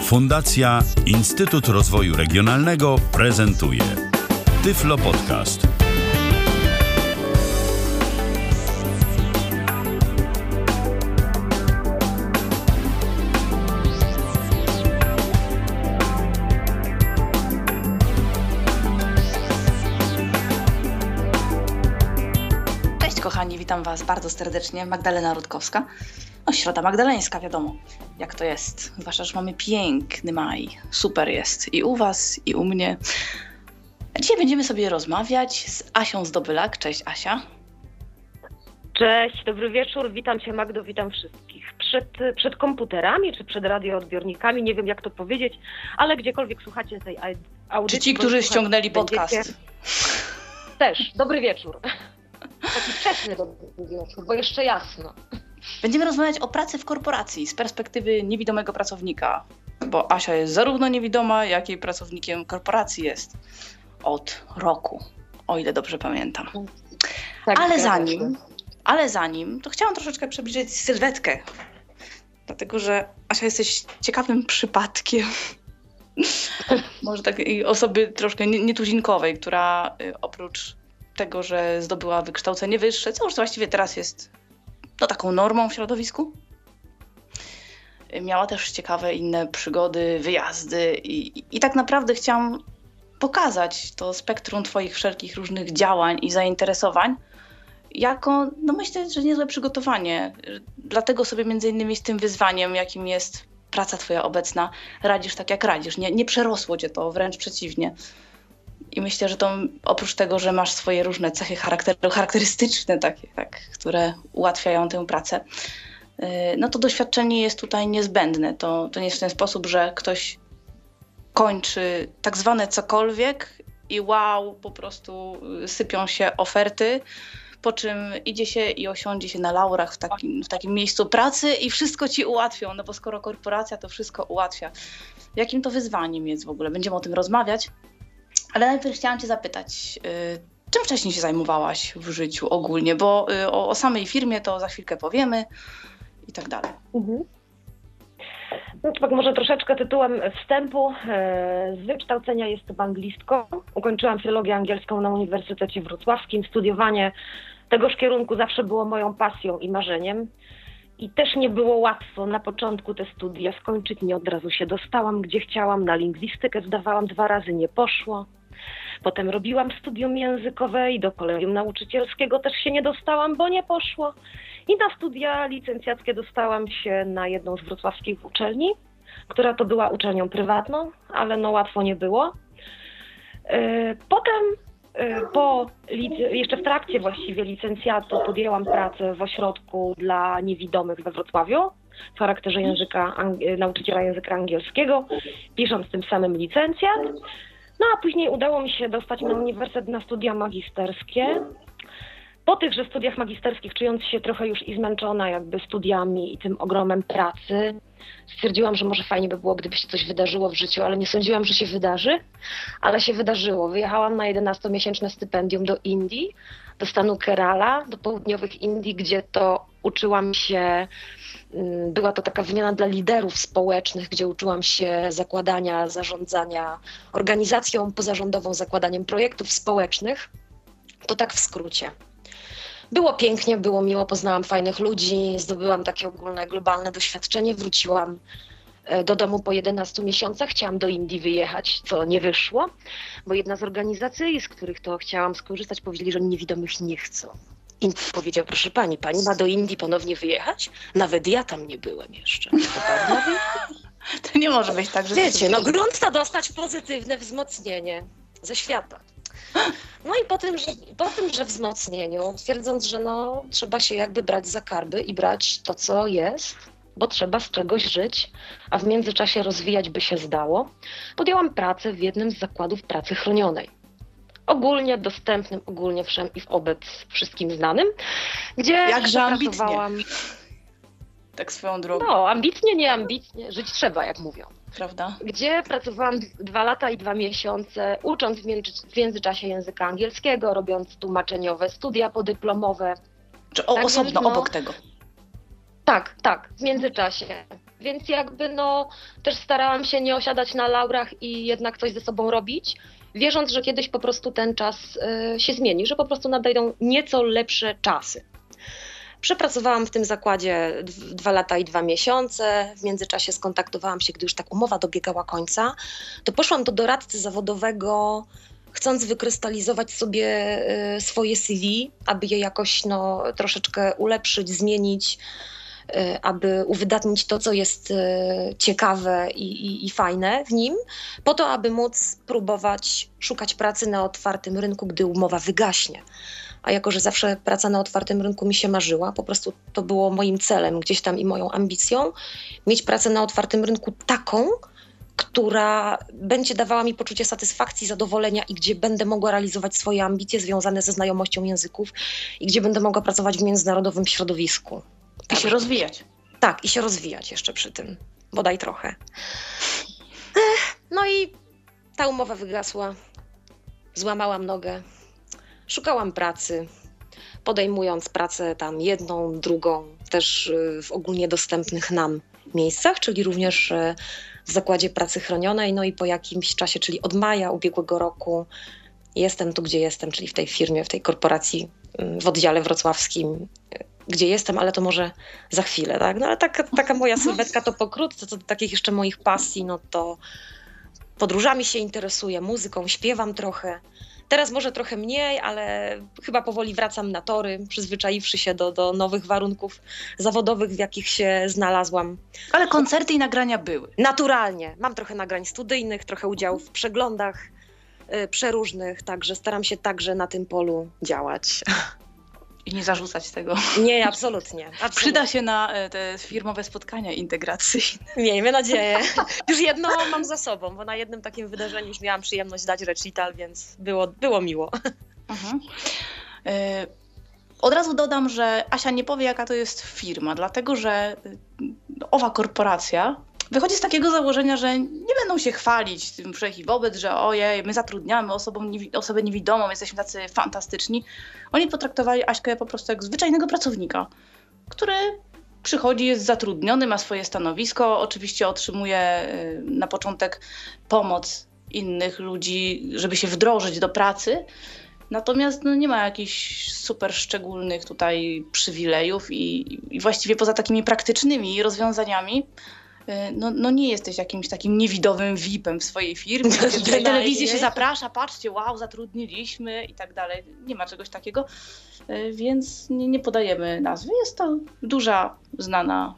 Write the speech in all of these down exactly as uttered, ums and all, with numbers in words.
Fundacja Instytut Rozwoju Regionalnego prezentuje Tyflo Podcast. Cześć kochani, witam Was bardzo serdecznie. Magdalena Rutkowska. No, Środa Magdaleńska, wiadomo, jak to jest. Zwłaszcza, że mamy piękny maj. Super jest i u Was, i u mnie. Dzisiaj będziemy sobie rozmawiać z Asią Zdobylak. Cześć Asia. Cześć, dobry wieczór, witam Cię Magdo, witam wszystkich. Przed, przed komputerami czy przed radioodbiornikami, nie wiem jak to powiedzieć, ale gdziekolwiek słuchacie tej audycji. Czy ci, którzy ściągnęli podcast? Będziecie... Też, dobry wieczór. Taki wczesny dobry wieczór, bo jeszcze jasno. Będziemy rozmawiać o pracy w korporacji z perspektywy niewidomego pracownika, bo Asia jest zarówno niewidoma, jak i pracownikiem korporacji jest od roku, o ile dobrze pamiętam. Tak, ale zanim, ale zanim, to chciałam troszeczkę przybliżyć sylwetkę, dlatego że Asia jesteś ciekawym przypadkiem, może takiej osoby troszkę nietuzinkowej, która oprócz tego, że zdobyła wykształcenie wyższe, co już właściwie teraz jest no, taką normą w środowisku. Miała też ciekawe inne przygody, wyjazdy i, i, i tak naprawdę chciałam pokazać to spektrum Twoich wszelkich różnych działań i zainteresowań jako, no myślę, że niezłe przygotowanie. Dlatego sobie między innymi z tym wyzwaniem, jakim jest praca Twoja obecna, radzisz tak jak radzisz. Nie, nie przerosło Cię to, wręcz przeciwnie. I myślę, że to oprócz tego, że masz swoje różne cechy charakteru, charakterystyczne takie, tak, które ułatwiają tę pracę, no to doświadczenie jest tutaj niezbędne. To, to nie jest w ten sposób, że ktoś kończy tak zwane cokolwiek i wow, po prostu sypią się oferty, po czym idzie się i osiądzie się na laurach w takim, w takim miejscu pracy i wszystko ci ułatwią, no bo skoro korporacja to wszystko ułatwia. Jakim to wyzwaniem jest w ogóle? Będziemy o tym rozmawiać. Ale najpierw chciałam Cię zapytać, y, czym wcześniej się zajmowałaś w życiu ogólnie, bo y, o, o samej firmie to za chwilkę powiemy i tak dalej. Mhm. No to tak może troszeczkę tytułem wstępu. E, z wykształcenia jestem anglistką. Ukończyłam filologię angielską na Uniwersytecie Wrocławskim. Studiowanie tegoż kierunku zawsze było moją pasją i marzeniem. I też nie było łatwo na początku te studia skończyć, nie od razu się dostałam gdzie chciałam, na lingwistykę zdawałam dwa razy, nie poszło. Potem robiłam studium językowe i do kolegium nauczycielskiego też się nie dostałam, bo nie poszło. I na studia licencjackie dostałam się na jedną z wrocławskich uczelni, która to była uczelnią prywatną, ale no łatwo nie było. Potem po, jeszcze w trakcie właściwie licencjatu podjęłam pracę w ośrodku dla niewidomych we Wrocławiu w charakterze języka, nauczyciela języka angielskiego, pisząc tym samym licencjat. No a później udało mi się dostać na uniwersytet na studia magisterskie. Po tychże studiach magisterskich, czując się trochę już i zmęczona jakby studiami i tym ogromem pracy, stwierdziłam, że może fajnie by było, gdyby się coś wydarzyło w życiu, ale nie sądziłam, że się wydarzy, ale się wydarzyło. Wyjechałam na jedenastomiesięczne stypendium do Indii, do stanu Kerala, do południowych Indii, gdzie to uczyłam się, była to taka wymiana dla liderów społecznych, gdzie uczyłam się zakładania, zarządzania organizacją pozarządową, zakładaniem projektów społecznych. To tak w skrócie. Było pięknie, było miło, poznałam fajnych ludzi, zdobyłam takie ogólne, globalne doświadczenie, wróciłam do domu po jedenastu miesiącach, chciałam do Indii wyjechać, co nie wyszło, bo jedna z organizacji, z których to chciałam skorzystać, powiedzieli, że niewidomych nie chcą. I powiedział, proszę pani, pani ma do Indii ponownie wyjechać? Nawet ja tam nie byłem jeszcze. To nie może być tak, że... Wiecie, no grunt to dostać pozytywne wzmocnienie ze świata. No i po tym, że, po tym, że wzmocnieniu, twierdząc, że no, trzeba się jakby brać za karby i brać to, co jest, bo trzeba z czegoś żyć, a w międzyczasie rozwijać by się zdało, podjęłam pracę w jednym z zakładów pracy chronionej. Ogólnie dostępnym, ogólnie wszem i wobec wszystkim znanym, gdzie jakże pracowałam... ambitnie. Tak swoją drogą. No, ambitnie, nie ambitnie, żyć trzeba, jak mówią. Prawda? Gdzie pracowałam dwa lata i dwa miesiące, ucząc w, między, w międzyczasie języka angielskiego, robiąc tłumaczeniowe studia podyplomowe. Czy o, tak osobno, więc, no, obok tego? Tak, tak, w międzyczasie. więc jakby no też starałam się nie osiadać na laurach i jednak coś ze sobą robić, wierząc, że kiedyś po prostu ten czas y, się zmieni, że po prostu nadejdą nieco lepsze czasy. Przepracowałam w tym zakładzie d- dwa lata i dwa miesiące. W międzyczasie skontaktowałam się, gdy już tak umowa dobiegała końca, to poszłam do doradcy zawodowego, chcąc wykrystalizować sobie y, swoje C V, aby je jakoś no, troszeczkę ulepszyć, zmienić, y, aby uwydatnić to, co jest y, ciekawe i, i, i fajne w nim, po to, aby móc próbować szukać pracy na otwartym rynku, gdy umowa wygaśnie. A jako, że zawsze praca na otwartym rynku mi się marzyła, po prostu to było moim celem gdzieś tam i moją ambicją, mieć pracę na otwartym rynku taką, która będzie dawała mi poczucie satysfakcji, zadowolenia i gdzie będę mogła realizować swoje ambicje związane ze znajomością języków i gdzie będę mogła pracować w międzynarodowym środowisku. I Tak, się rozwijać. Tak, i się rozwijać jeszcze przy tym, bodaj trochę. Ech, no i ta umowa wygasła, złamałam nogę, szukałam pracy, podejmując pracę tam jedną, drugą, też w ogólnie dostępnych nam miejscach, czyli również w Zakładzie Pracy Chronionej, no i po jakimś czasie, czyli od maja ubiegłego roku jestem tu, gdzie jestem, czyli w tej firmie, w tej korporacji, w oddziale wrocławskim, gdzie jestem, ale to może za chwilę, tak? No ale taka, taka moja sylwetka to pokrótce, co do takich jeszcze moich pasji, no to podróżami się interesuję, muzyką, śpiewam trochę. Teraz może trochę mniej, ale chyba powoli wracam na tory, przyzwyczaiwszy się do, do nowych warunków zawodowych, w jakich się znalazłam. Ale koncerty i nagrania były. Naturalnie. Mam trochę nagrań studyjnych, trochę udziałów w przeglądach y, przeróżnych, także staram się także na tym polu działać. I nie zarzucać tego. Nie, absolutnie. absolutnie. Przyda się na te firmowe spotkania integracyjne. Miejmy nadzieję. Już jedno mam za sobą, bo na jednym takim wydarzeniu już miałam przyjemność dać recital, więc było, było miło. Mhm. Y- Od razu dodam, że Asia nie powie, jaka to jest firma, dlatego że owa korporacja wychodzi z takiego założenia, że nie będą się chwalić tym wszech i wobec, że ojej, my zatrudniamy osobą, niewi- osobę niewidomą, jesteśmy tacy fantastyczni. Oni potraktowali Aśkę po prostu jak zwyczajnego pracownika, który przychodzi, jest zatrudniony, ma swoje stanowisko, oczywiście otrzymuje na początek pomoc innych ludzi, żeby się wdrożyć do pracy. Natomiast no, nie ma jakichś super szczególnych tutaj przywilejów i, i właściwie poza takimi praktycznymi rozwiązaniami no, no nie jesteś jakimś takim niewidomym V I P-em w swojej firmie. W telewizji się zaprasza, patrzcie, wow, zatrudniliśmy i tak dalej. Nie ma czegoś takiego, więc nie, nie podajemy nazwy. Jest to duża, znana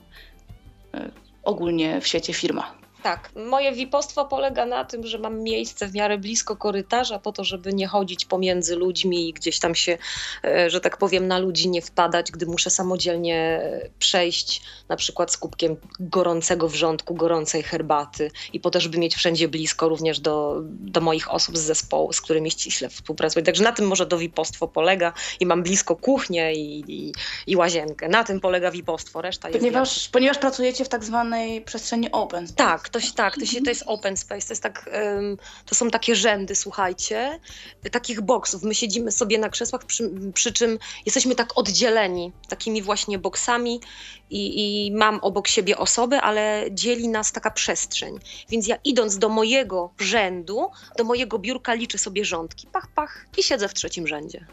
ogólnie w świecie firma. Tak, moje V I P-ostwo polega na tym, że mam miejsce w miarę blisko korytarza po to, żeby nie chodzić pomiędzy ludźmi i gdzieś tam się, że tak powiem, na ludzi nie wpadać, gdy muszę samodzielnie przejść na przykład z kubkiem gorącego wrzątku, gorącej herbaty i po to, żeby mieć wszędzie blisko również do, do moich osób z zespołu, z którymi ściśle współpracuję. Także na tym może to V I P-ostwo polega i mam blisko kuchnię i, i, i łazienkę. Na tym polega V I P-ostwo, reszta jest... Ponieważ, ponieważ pracujecie w tak zwanej przestrzeni open space. Tak. To, tak, to, się, to jest open space, to, jest tak, um, to są takie rzędy, słuchajcie, takich boksów. My siedzimy sobie na krzesłach, przy, przy czym jesteśmy tak oddzieleni takimi właśnie boksami i, i mam obok siebie osoby, ale dzieli nas taka przestrzeń. Więc ja idąc do mojego rzędu, do mojego biurka liczę sobie rządki, pach, pach i siedzę w trzecim rzędzie.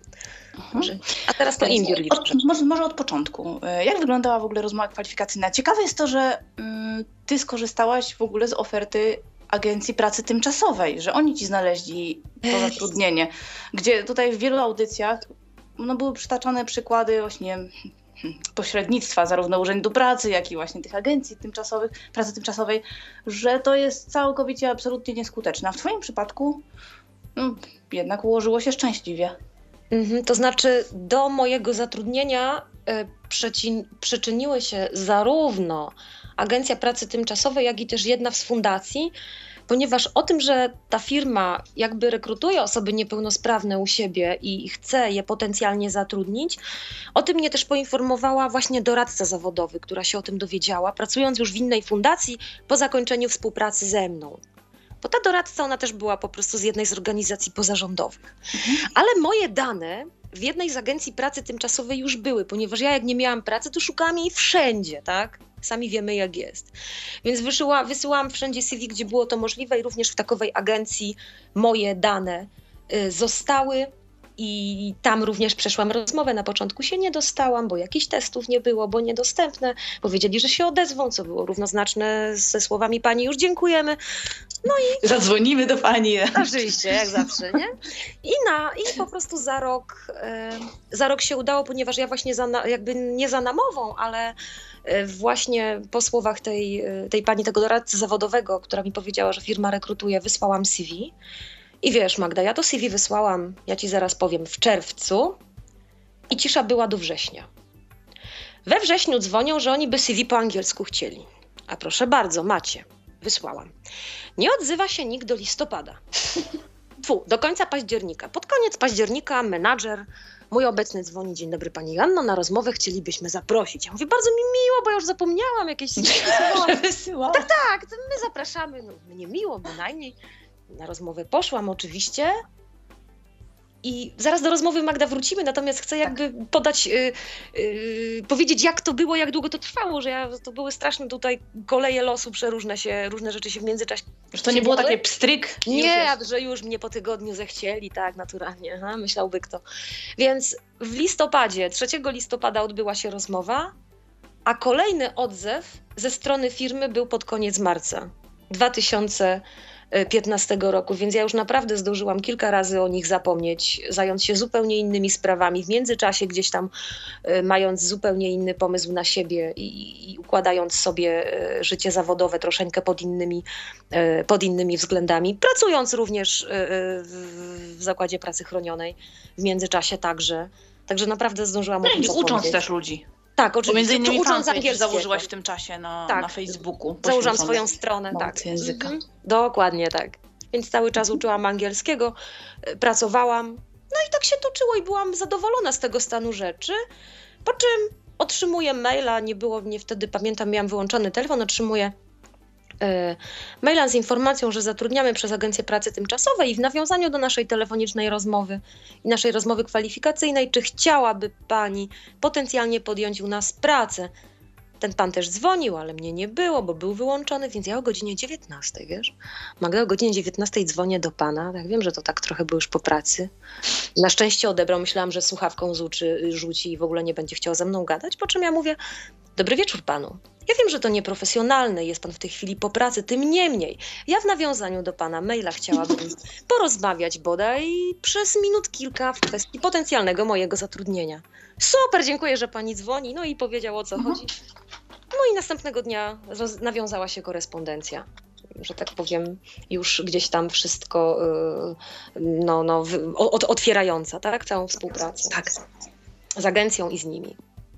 Mhm. A teraz to imbir liczę. Od, może, może od początku. Jak wyglądała w ogóle rozmowa kwalifikacyjna? Ciekawe jest to, że y, ty skorzystałaś w ogóle z oferty Agencji Pracy Tymczasowej, że oni ci znaleźli to zatrudnienie, gdzie tutaj w wielu audycjach no, były przytaczane przykłady właśnie pośrednictwa zarówno Urzędu Pracy, jak i właśnie tych agencji tymczasowych, pracy tymczasowej, że to jest całkowicie absolutnie nieskuteczne. A w twoim przypadku no, jednak ułożyło się szczęśliwie. Mhm, to znaczy do mojego zatrudnienia y, przeci- przyczyniły się zarówno Agencja Pracy Tymczasowej, jak i też jedna z fundacji, ponieważ o tym, że ta firma jakby rekrutuje osoby niepełnosprawne u siebie i chce je potencjalnie zatrudnić, o tym mnie też poinformowała właśnie doradca zawodowy, która się o tym dowiedziała, pracując już w innej fundacji po zakończeniu współpracy ze mną. Bo ta doradca, ona też była po prostu z jednej z organizacji pozarządowych. Mhm. Ale moje dane w jednej z agencji pracy tymczasowej już były, ponieważ ja jak nie miałam pracy, to szukałam jej wszędzie, tak? Sami wiemy, jak jest. Więc wysyła, wysyłałam wszędzie C V, gdzie było to możliwe i również w takowej agencji moje dane y, zostały. I tam również przeszłam rozmowę. Na początku się nie dostałam, bo jakichś testów nie było, bo niedostępne. Powiedzieli, że się odezwą, co było równoznaczne ze słowami pani już dziękujemy. No i zadzwonimy do pani. Oczywiście, jak zawsze, nie? I, na, i po prostu za rok, e, za rok się udało, ponieważ ja właśnie za, jakby nie za namową, ale e, właśnie po słowach tej, tej pani, tego doradcy zawodowego, która mi powiedziała, że firma rekrutuje, wysłałam C V. I wiesz, Magda, ja to C V wysłałam, ja ci zaraz powiem, w czerwcu i cisza była do września. We wrześniu dzwonią, że oni by C V po angielsku chcieli. A proszę bardzo, macie, wysłałam. Nie odzywa się nikt do listopada. Fu, do końca października. Pod koniec października menadżer, mój obecny dzwoni, dzień dobry pani Janno, na rozmowę chcielibyśmy zaprosić. Ja mówię, bardzo mi miło, bo ja już zapomniałam jakieś... Że wysyłałam. Tak, tak, my zapraszamy, no mnie miło, bynajmniej. Na rozmowę poszłam oczywiście i zaraz do rozmowy, Magda, wrócimy, natomiast chcę jakby tak. podać, yy, yy, powiedzieć, jak to było, jak długo to trwało, że ja, to były straszne tutaj koleje losu, przeróżne się, różne rzeczy się w międzyczasie... Że to nie było takie pstryk? Nie, już że już mnie po tygodniu zechcieli, tak, naturalnie, aha, myślałby kto. Więc w listopadzie, trzeciego listopada odbyła się rozmowa, a kolejny odzew ze strony firmy był pod koniec marca dwa tysiące piętnastego roku, więc ja już naprawdę zdążyłam kilka razy o nich zapomnieć, zająć się zupełnie innymi sprawami, w międzyczasie gdzieś tam y, mając zupełnie inny pomysł na siebie i, i układając sobie y, życie zawodowe troszeczkę pod innymi, y, pod innymi względami, pracując również y, w, w zakładzie pracy chronionej w międzyczasie także, także naprawdę zdążyłam o tym zapomnieć. Ucząc też ludzi. Tak, oczywiście. Bo między innymi ucząc angielskiego założyłaś w tym czasie na, tak. na Facebooku. Założyłam swoją stronę, tak. Języka. Mhm. Dokładnie tak. Więc cały czas uczyłam angielskiego, pracowałam. No i tak się toczyło i byłam zadowolona z tego stanu rzeczy. Po czym otrzymuję maila, nie było mnie wtedy, pamiętam, miałam wyłączony telefon, otrzymuję e, maila z informacją, że zatrudniamy przez Agencję Pracy Tymczasowej i w nawiązaniu do naszej telefonicznej rozmowy i naszej rozmowy kwalifikacyjnej, czy chciałaby pani potencjalnie podjąć u nas pracę. Ten pan też dzwonił, ale mnie nie było, bo był wyłączony, więc ja o godzinie dziewiętnastej, wiesz? Magda, o godzinie dziewiętnastej dzwonię do pana, tak wiem, że to tak trochę było już po pracy. Na szczęście odebrał, myślałam, że słuchawką zuczy, rzuci i w ogóle nie będzie chciał ze mną gadać, po czym ja mówię, dobry wieczór panu. Ja wiem, że to nieprofesjonalne, jest pan w tej chwili po pracy, tym niemniej. Ja w nawiązaniu do pana maila chciałabym porozmawiać bodaj przez minut kilka w kwestii potencjalnego mojego zatrudnienia. Super, dziękuję, że pani dzwoni. No i powiedział, o co chodzi. No i następnego dnia roz- nawiązała się korespondencja, że tak powiem, już gdzieś tam wszystko yy, no, no, w, o, otwierająca, tak? Całą współpracę. Tak. Z agencją i z nimi.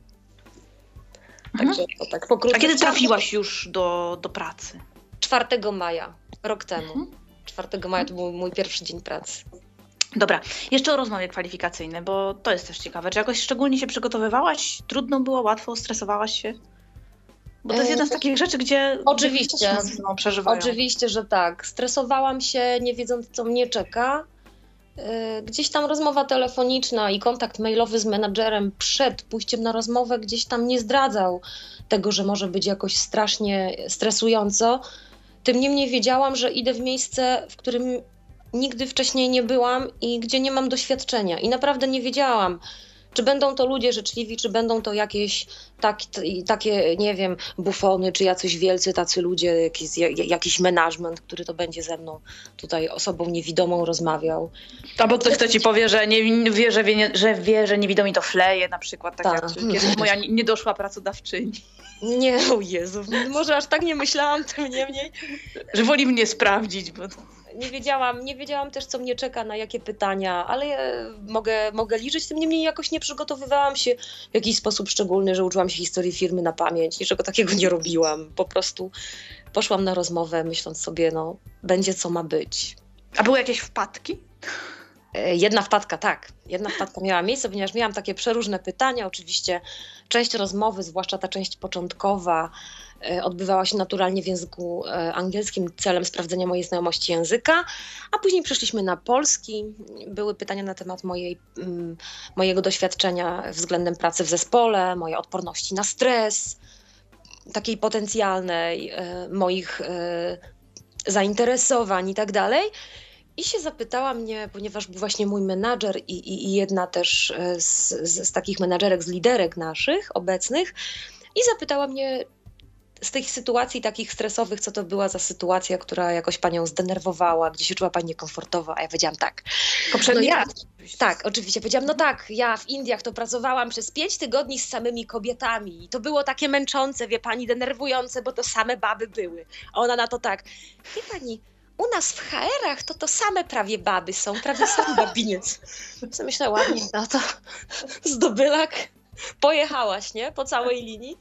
Także, to tak pokrótce. A kiedy trafiłaś już do, do pracy? czwartego maja, rok temu. Mhm. czwartego maja to był mój pierwszy dzień pracy. Dobra, jeszcze o rozmowie kwalifikacyjnej, bo to jest też ciekawe. Czy jakoś szczególnie się przygotowywałaś? Trudno było, łatwo, stresowałaś się? Bo to jest jedna z takich rzeczy, gdzie... Oczywiście, no, przeżywają. Oczywiście, że tak. Stresowałam się, nie wiedząc, co mnie czeka. Gdzieś tam rozmowa telefoniczna i kontakt mailowy z menadżerem przed pójściem na rozmowę gdzieś tam nie zdradzał tego, że może być jakoś strasznie stresująco. Tym niemniej wiedziałam, że idę w miejsce, w którym nigdy wcześniej nie byłam i gdzie nie mam doświadczenia. I naprawdę nie wiedziałam, czy będą to ludzie życzliwi, czy będą to jakieś tak, takie, nie wiem, bufony, czy jacyś wielcy tacy ludzie, jakiś, jakiś menadżment, który to będzie ze mną tutaj osobą niewidomą rozmawiał. Albo ktoś, kto ci powie, że nie wie, że wie, że, wie, że niewidomi to fleje na przykład, tak Ta. jak kiedyś moja niedoszła pracodawczyni. Nie, o Jezu, może aż tak nie myślałam, tym niemniej. Że woli mnie sprawdzić, bo... Nie wiedziałam, nie wiedziałam też, co mnie czeka, na jakie pytania, ale ja mogę, mogę liczyć, tym niemniej jakoś nie przygotowywałam się w jakiś sposób szczególny, że uczyłam się historii firmy na pamięć, niczego takiego nie robiłam. Po prostu poszłam na rozmowę, myśląc sobie, no, będzie co ma być. A były jakieś wpadki? Jedna wpadka, tak. Jedna wpadka miała miejsce, ponieważ miałam takie przeróżne pytania. Oczywiście część rozmowy, zwłaszcza ta część początkowa, odbywała się naturalnie w języku angielskim celem sprawdzenia mojej znajomości języka, a później przeszliśmy na polski. Były pytania na temat mojej, mojego doświadczenia względem pracy w zespole, mojej odporności na stres. takiej potencjalnej, e, moich e, zainteresowań i tak dalej. I się zapytała mnie, ponieważ był właśnie mój menadżer i, i, i jedna też z, z, z takich menadżerek, z liderek naszych obecnych, i zapytała mnie z tych sytuacji takich stresowych, co to była za sytuacja, która jakoś panią zdenerwowała, gdzie się czuła pani niekomfortowo, a ja powiedziałam tak. Poprzedni no ja, raz. Tak, oczywiście. Powiedziałam, no tak, ja w Indiach to pracowałam przez pięć tygodni z samymi kobietami i to było takie męczące, wie pani, denerwujące, bo to same baby były. A ona na to tak, wie pani, u nas w H R-ach to to same prawie baby są, prawie sam babiniec. Co myślę, ładnie, no to zdobylak, pojechałaś, nie? Po całej linii.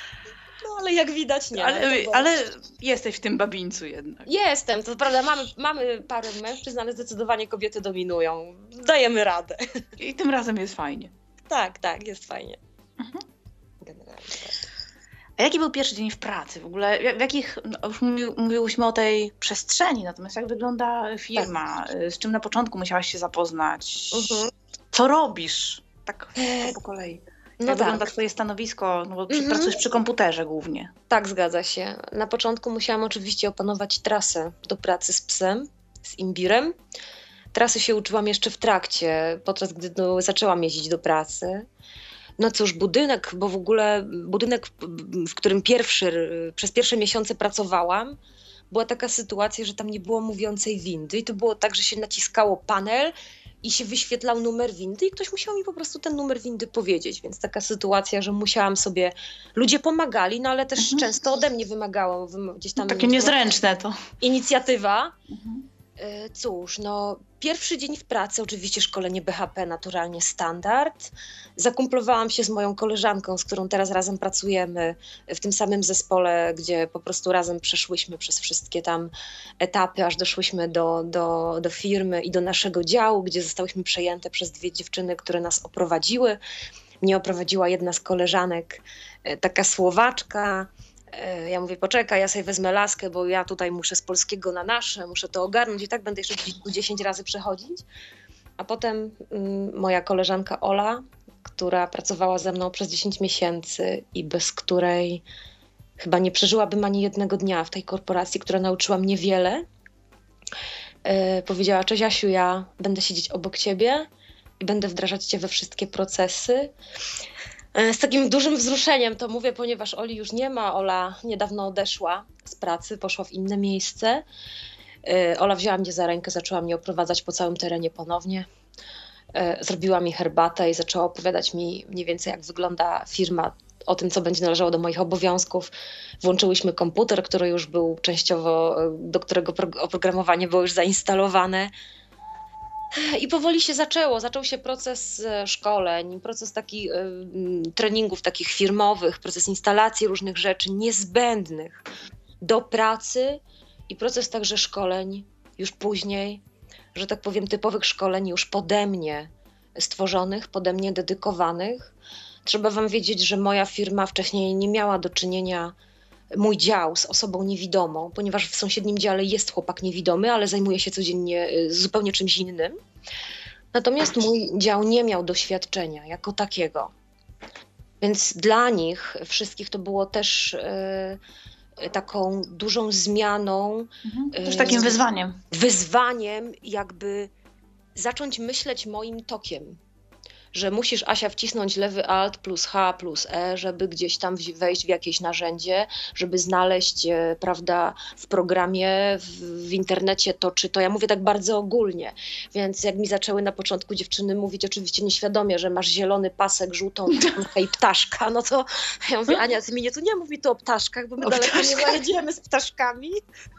No ale jak widać nie. Ale, było... ale jesteś w tym babińcu jednak. Jestem, to prawda, mamy, mamy parę mężczyzn, ale zdecydowanie kobiety dominują. Dajemy radę. I tym razem jest fajnie. Tak, tak, jest fajnie. Mhm. Generalnie tak. A jaki był pierwszy dzień w pracy? W ogóle w jakich, no już mówi, mówiłyśmy o tej przestrzeni, natomiast jak wygląda firma? Tak. Z czym na początku musiałaś się zapoznać? Mhm. Co robisz? Tak, tak po kolei. Jak no wygląda tak. twoje stanowisko? No bo przy, Mhm. pracujesz przy komputerze głównie. Tak, zgadza się. Na początku musiałam oczywiście opanować trasę do pracy z psem, z imbirem. Trasy się uczyłam jeszcze w trakcie, podczas gdy no, zaczęłam jeździć do pracy. No cóż, budynek, bo w ogóle budynek, w którym pierwszy, przez pierwsze miesiące pracowałam, była taka sytuacja, że tam nie było mówiącej windy i to było tak, że się naciskało panel i się wyświetlał numer windy i ktoś musiał mi po prostu ten numer windy powiedzieć, więc taka sytuacja, że musiałam sobie, ludzie pomagali, no ale też mhm. często ode mnie wymagało gdzieś tam... No, takie niezręczne to. Inicjatywa. Mhm. Cóż, no pierwszy dzień w pracy, oczywiście szkolenie B H P, naturalnie standard. Zakumplowałam się z moją koleżanką, z którą teraz razem pracujemy w tym samym zespole, gdzie po prostu razem przeszłyśmy przez wszystkie tam etapy, aż doszłyśmy do, do, do firmy i do naszego działu, gdzie zostałyśmy przejęte przez dwie dziewczyny, które nas oprowadziły. Mnie oprowadziła jedna z koleżanek, taka Słowaczka. Ja mówię, poczekaj, ja sobie wezmę laskę, bo ja tutaj muszę z polskiego na nasze, muszę to ogarnąć i tak będę jeszcze dziesięć razy przechodzić. A potem mm, moja koleżanka Ola, która pracowała ze mną przez dziesięć miesięcy i bez której chyba nie przeżyłabym ani jednego dnia w tej korporacji, która nauczyła mnie wiele, yy, powiedziała, cześć Asiu, ja będę siedzieć obok ciebie i będę wdrażać cię we wszystkie procesy. Z takim dużym wzruszeniem to mówię, ponieważ Oli już nie ma. Ola niedawno odeszła z pracy, poszła w inne miejsce. Ola wzięła mnie za rękę, zaczęła mnie oprowadzać po całym terenie ponownie. Zrobiła mi herbatę i zaczęła opowiadać mi mniej więcej, jak wygląda firma, o tym, co będzie należało do moich obowiązków. Włączyłyśmy komputer, który już był częściowo, do którego oprogramowanie było już zainstalowane. I powoli się zaczęło. Zaczął się proces szkoleń, proces takich y, treningów takich firmowych, proces instalacji różnych rzeczy niezbędnych do pracy i proces także szkoleń już później, że tak powiem typowych szkoleń już pode mnie stworzonych, pode mnie dedykowanych. Trzeba wam wiedzieć, że moja firma wcześniej nie miała do czynienia, mój dział, z osobą niewidomą, ponieważ w sąsiednim dziale jest chłopak niewidomy, ale zajmuje się codziennie zupełnie czymś innym. Natomiast mój dział nie miał doświadczenia jako takiego. Więc dla nich wszystkich to było też y, taką dużą zmianą. Mhm. Też takim wyzwaniem. Wyzwaniem, jakby zacząć myśleć moim tokiem. Że musisz, Asia, wcisnąć lewy alt plus H plus E, żeby gdzieś tam wejść w jakieś narzędzie, żeby znaleźć, e, prawda, w programie, w, w internecie to czy to. Ja mówię tak bardzo ogólnie, więc jak mi zaczęły na początku dziewczyny mówić, oczywiście nieświadomie, że masz zielony pasek, żółtą i ptaszka, no to ja mówię, Ania, ty mi nie, tu nie mówi tu o ptaszkach, bo my o daleko ptaszkach. Nie zajedziemy z ptaszkami.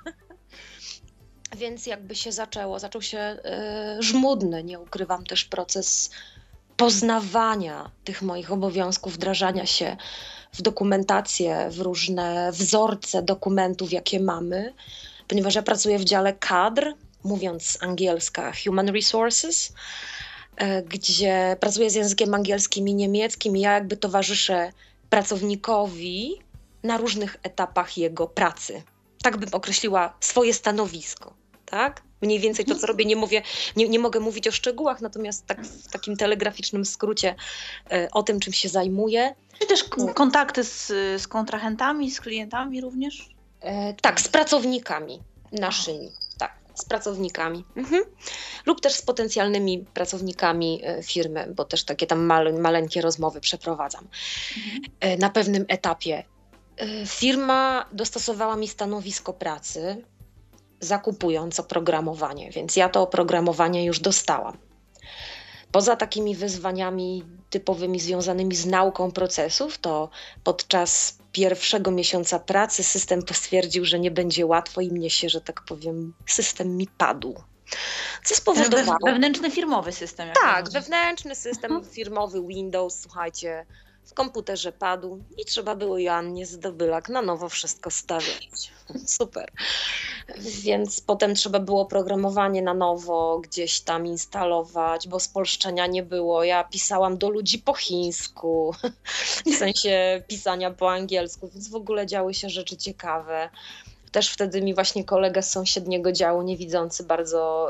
Więc jakby się zaczęło, zaczął się e, żmudny, nie ukrywam, też proces poznawania tych moich obowiązków, wdrażania się w dokumentację, w różne wzorce dokumentów, jakie mamy, ponieważ ja pracuję w dziale kadr, mówiąc z angielska Human Resources, gdzie pracuję z językiem angielskim i niemieckim i ja jakby towarzyszę pracownikowi na różnych etapach jego pracy. Tak bym określiła swoje stanowisko, tak? Mniej więcej to, co robię, nie mówię, nie, nie mogę mówić o szczegółach, natomiast tak w takim telegraficznym skrócie e, o tym, czym się zajmuję. Czy też k- kontakty z, z kontrahentami, z klientami również? E, tak, z pracownikami naszymi, tak, z pracownikami. Mhm. Lub też z potencjalnymi pracownikami e, firmy, bo też takie tam male, maleńkie rozmowy przeprowadzam. Mhm. E, na pewnym etapie e, firma dostosowała mi stanowisko pracy, zakupując oprogramowanie, więc ja to oprogramowanie już dostałam. Poza takimi wyzwaniami typowymi związanymi z nauką procesów, to podczas pierwszego miesiąca pracy system stwierdził, że nie będzie łatwo i mnie się, że tak powiem, system mi padł. Co spowodowało... We, wewnętrzny firmowy system. Jak tak, mówię. wewnętrzny system Mhm. firmowy Windows, słuchajcie, w komputerze padł i trzeba było Joannie Zdobylak na nowo wszystko stawiać. Super. Więc potem trzeba było programowanie na nowo gdzieś tam instalować, bo spolszczenia nie było. Ja pisałam do ludzi po chińsku, w sensie pisania po angielsku, więc w ogóle działy się rzeczy ciekawe. Też wtedy mi właśnie kolega z sąsiedniego działu, niewidzący, bardzo,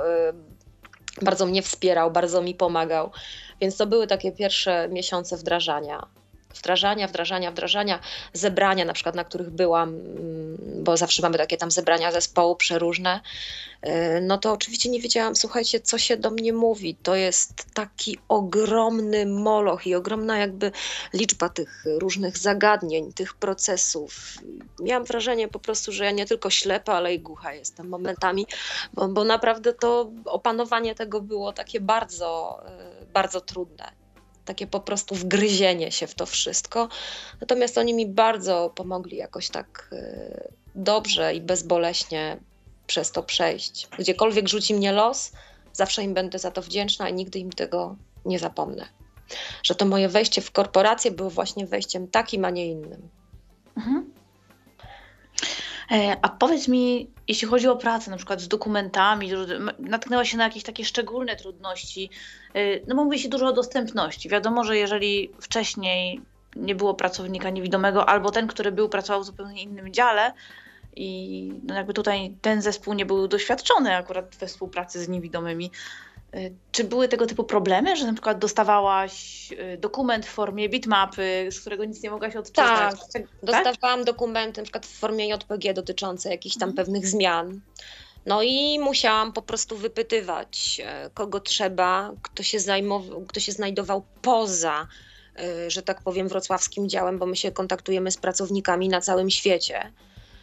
yy, bardzo mnie wspierał, bardzo mi pomagał. Więc to były takie pierwsze miesiące wdrażania. Wdrażania, wdrażania, wdrażania, zebrania na przykład, na których byłam, bo zawsze mamy takie tam zebrania zespołu przeróżne, no to oczywiście nie wiedziałam, słuchajcie, co się do mnie mówi. To jest taki ogromny moloch i ogromna jakby liczba tych różnych zagadnień, tych procesów. Miałam wrażenie po prostu, że ja nie tylko ślepa, ale i głucha jestem momentami, bo, bo naprawdę to opanowanie tego było takie bardzo, bardzo trudne. Takie po prostu wgryzienie się w to wszystko. Natomiast oni mi bardzo pomogli jakoś tak y, dobrze i bezboleśnie przez to przejść. Gdziekolwiek rzuci mnie los, zawsze im będę za to wdzięczna i nigdy im tego nie zapomnę. Że to moje wejście w korporację było właśnie wejściem takim, a nie innym. Mhm. A powiedz mi, jeśli chodzi o pracę na przykład z dokumentami, natknęłaś się na jakieś takie szczególne trudności, no bo mówi się dużo o dostępności. Wiadomo, że jeżeli wcześniej nie było pracownika niewidomego albo ten, który był, pracował w zupełnie innym dziale i no jakby tutaj ten zespół nie był doświadczony akurat we współpracy z niewidomymi, czy były tego typu problemy, że na przykład dostawałaś dokument w formie bitmapy, z którego nic nie mogłaś odczytać? Tak, tak? dostawałam dokumenty na przykład w formie J P G dotyczące jakichś tam Mhm. pewnych zmian. No i musiałam po prostu wypytywać, kogo trzeba, kto się zajmował, kto się znajdował poza, że tak powiem, wrocławskim działem, bo my się kontaktujemy z pracownikami na całym świecie.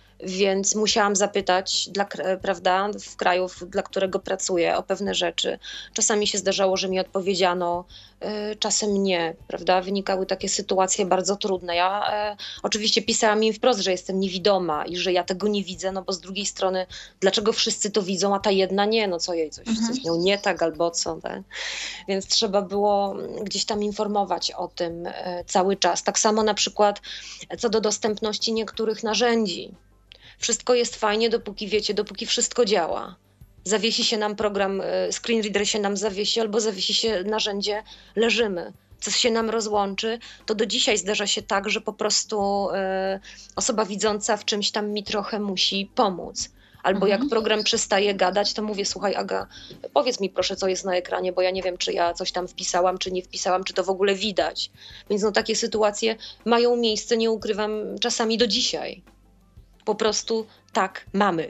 Więc musiałam zapytać, dla, prawda, w kraju, dla którego pracuję, o pewne rzeczy. Czasami się zdarzało, że mi odpowiedziano, y, czasem nie, prawda? Wynikały takie sytuacje bardzo trudne. Ja y, oczywiście pisałam im wprost, że jestem niewidoma i że ja tego nie widzę, no bo z drugiej strony, dlaczego wszyscy to widzą, a ta jedna nie? No co jej, coś, Mhm. coś z nią nie tak albo co, tak? Więc trzeba było gdzieś tam informować o tym y, cały czas. Tak samo na przykład co do dostępności niektórych narzędzi. Wszystko jest fajnie, dopóki wiecie, dopóki wszystko działa. Zawiesi się nam program, screen reader się nam zawiesi, albo zawiesi się narzędzie, leżymy. Co się nam rozłączy, to do dzisiaj zdarza się tak, że po prostu y, osoba widząca w czymś tam mi trochę musi pomóc. Albo Mhm. jak program przestaje gadać, to mówię, słuchaj Aga, powiedz mi proszę, co jest na ekranie, bo ja nie wiem, czy ja coś tam wpisałam, czy nie wpisałam, czy to w ogóle widać. Więc no takie sytuacje mają miejsce, nie ukrywam, czasami do dzisiaj. Po prostu tak mamy.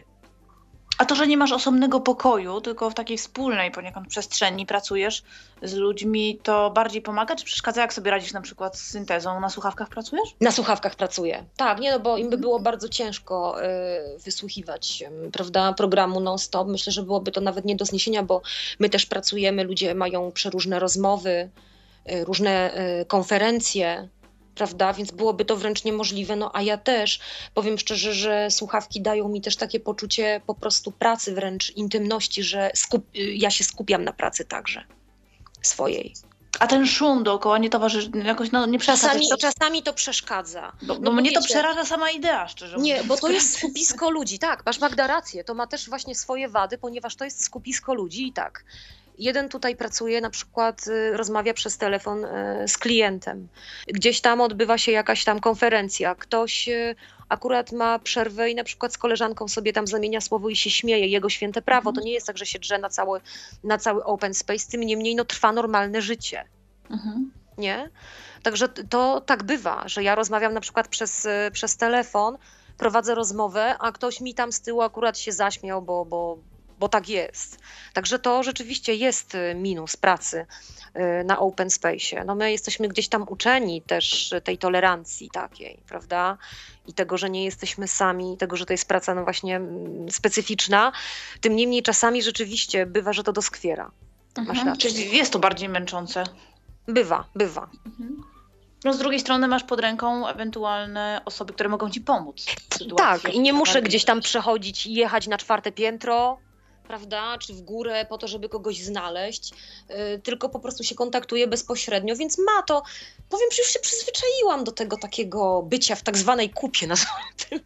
A to, że nie masz osobnego pokoju, tylko w takiej wspólnej poniekąd przestrzeni pracujesz z ludźmi, to bardziej pomaga, czy przeszkadza? Jak sobie radzisz na przykład z syntezą? Na słuchawkach pracujesz? Na słuchawkach pracuję. Tak, nie, no bo im by było bardzo ciężko y, wysłuchiwać, y, prawda, programu non-stop. Myślę, że byłoby to nawet nie do zniesienia, bo my też pracujemy, ludzie mają przeróżne rozmowy, y, różne y, konferencje, prawda, więc byłoby to wręcz niemożliwe, no a ja też powiem szczerze, że słuchawki dają mi też takie poczucie po prostu pracy, wręcz intymności, że skup- ja się skupiam na pracy także swojej. A ten szum dookoła nie towarzyszy, jakoś no nie przeszkadza? Czasami, to, czasami to przeszkadza. bo, bo no mnie to wiecie, przeraża sama idea, szczerze Nie, mówiąc. bo to jest skupisko ludzi, tak, masz Magda rację, to ma też właśnie swoje wady, ponieważ to jest skupisko ludzi i tak. Jeden tutaj pracuje, na przykład y, rozmawia przez telefon y, z klientem. Gdzieś tam odbywa się jakaś tam konferencja. Ktoś y, akurat ma przerwę i na przykład z koleżanką sobie tam zamienia słowo i się śmieje. Jego święte prawo. To nie jest tak, że się drze na cały, na cały open space. Tym niemniej no, trwa normalne życie. Mhm. Nie? Także to tak bywa, że ja rozmawiam na przykład przez, y, przez telefon, prowadzę rozmowę, a ktoś mi tam z tyłu akurat się zaśmiał, bo, bo, bo tak jest. Także to rzeczywiście jest y, minus pracy y, na open space. No my jesteśmy gdzieś tam uczeni też tej tolerancji takiej, prawda? I tego, że nie jesteśmy sami, tego, że to jest praca no właśnie mm, specyficzna. Tym niemniej czasami rzeczywiście bywa, że to doskwiera. Masz Mhm. rację. Czyli jest to bardziej męczące. Bywa, bywa. Mhm. No z drugiej strony masz pod ręką ewentualne osoby, które mogą ci pomóc w sytuacji. Tak, i nie muszę bardziej gdzieś tam trudnej. przechodzić i jechać na czwarte piętro, prawda, czy w górę po to, żeby kogoś znaleźć, yy, tylko po prostu się kontaktuję bezpośrednio, więc ma to, powiem, że już się przyzwyczaiłam do tego takiego bycia w tak zwanej kupie, nazwijmy to.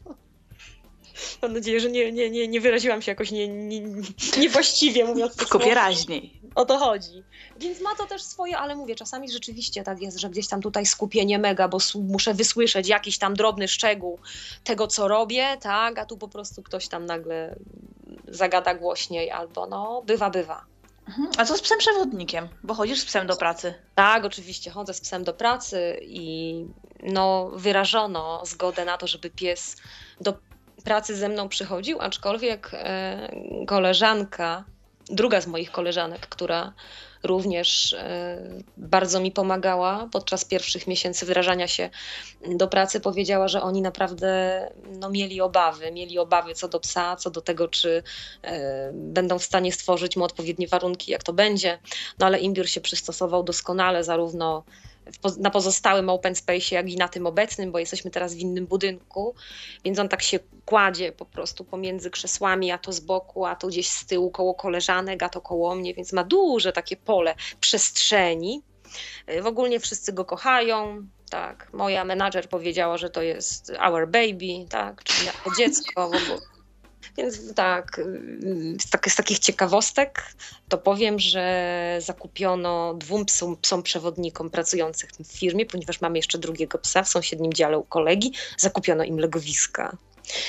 Mam nadzieję, że nie, nie, nie, nie wyraziłam się jakoś nie, nie, niewłaściwie, mówiąc to W kupie słowo. raźniej. O to chodzi. Więc ma to też swoje, ale mówię, czasami rzeczywiście tak jest, że gdzieś tam tutaj skupienie mega, bo s- muszę wysłyszeć jakiś tam drobny szczegół tego, co robię, tak, a tu po prostu ktoś tam nagle zagada głośniej albo no, bywa, bywa. Mhm. A co z psem przewodnikiem? Bo chodzisz z psem do pracy. Tak, oczywiście chodzę z psem do pracy i no, wyrażono zgodę na to, żeby pies do pracy ze mną przychodził, aczkolwiek e, koleżanka, druga z moich koleżanek, która również e, bardzo mi pomagała podczas pierwszych miesięcy wdrażania się do pracy, powiedziała, że oni naprawdę no, mieli obawy, mieli obawy co do psa, co do tego, czy e, będą w stanie stworzyć mu odpowiednie warunki, jak to będzie. No ale Imbir się przystosował doskonale zarówno w po- na pozostałym open space, jak i na tym obecnym, bo jesteśmy teraz w innym budynku, więc on tak się kładzie po prostu pomiędzy krzesłami, a to z boku, a to gdzieś z tyłu koło koleżanek, a to koło mnie, więc ma duże takie pole przestrzeni. Y, W ogóle wszyscy go kochają, tak. Moja menadżer powiedziała, że to jest our baby, tak, czyli jako dziecko w ogóle. Więc tak, y, z, tak, z takich ciekawostek to powiem, że zakupiono dwóm psom, psom przewodnikom pracujących w firmie, ponieważ mamy jeszcze drugiego psa w sąsiednim dziale u kolegi, zakupiono im legowiska.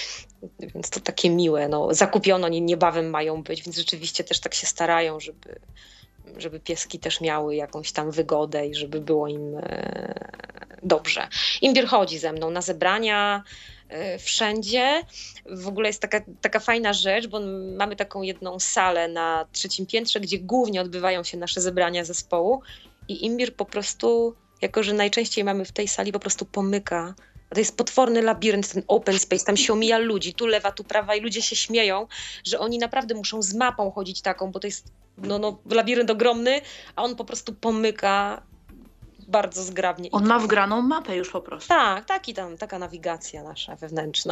Więc to takie miłe, no, zakupiono, nie, niebawem mają być, więc rzeczywiście też tak się starają, żeby, żeby pieski też miały jakąś tam wygodę i żeby było im e, dobrze. Imbir chodzi ze mną na zebrania, e, wszędzie. W ogóle jest taka, taka fajna rzecz, bo mamy taką jedną salę na trzecim piętrze, gdzie głównie odbywają się nasze zebrania zespołu i Imbir po prostu, jako że najczęściej mamy w tej sali, po prostu pomyka. To jest potworny labirynt, ten open space, tam się omija ludzi, tu lewa, tu prawa i ludzie się śmieją, że oni naprawdę muszą z mapą chodzić taką, bo to jest no, no, labirynt ogromny, a on po prostu pomyka bardzo zgrabnie. On I ma tak- wgraną mapę już po prostu. Tak, taki tam, taka nawigacja nasza wewnętrzna.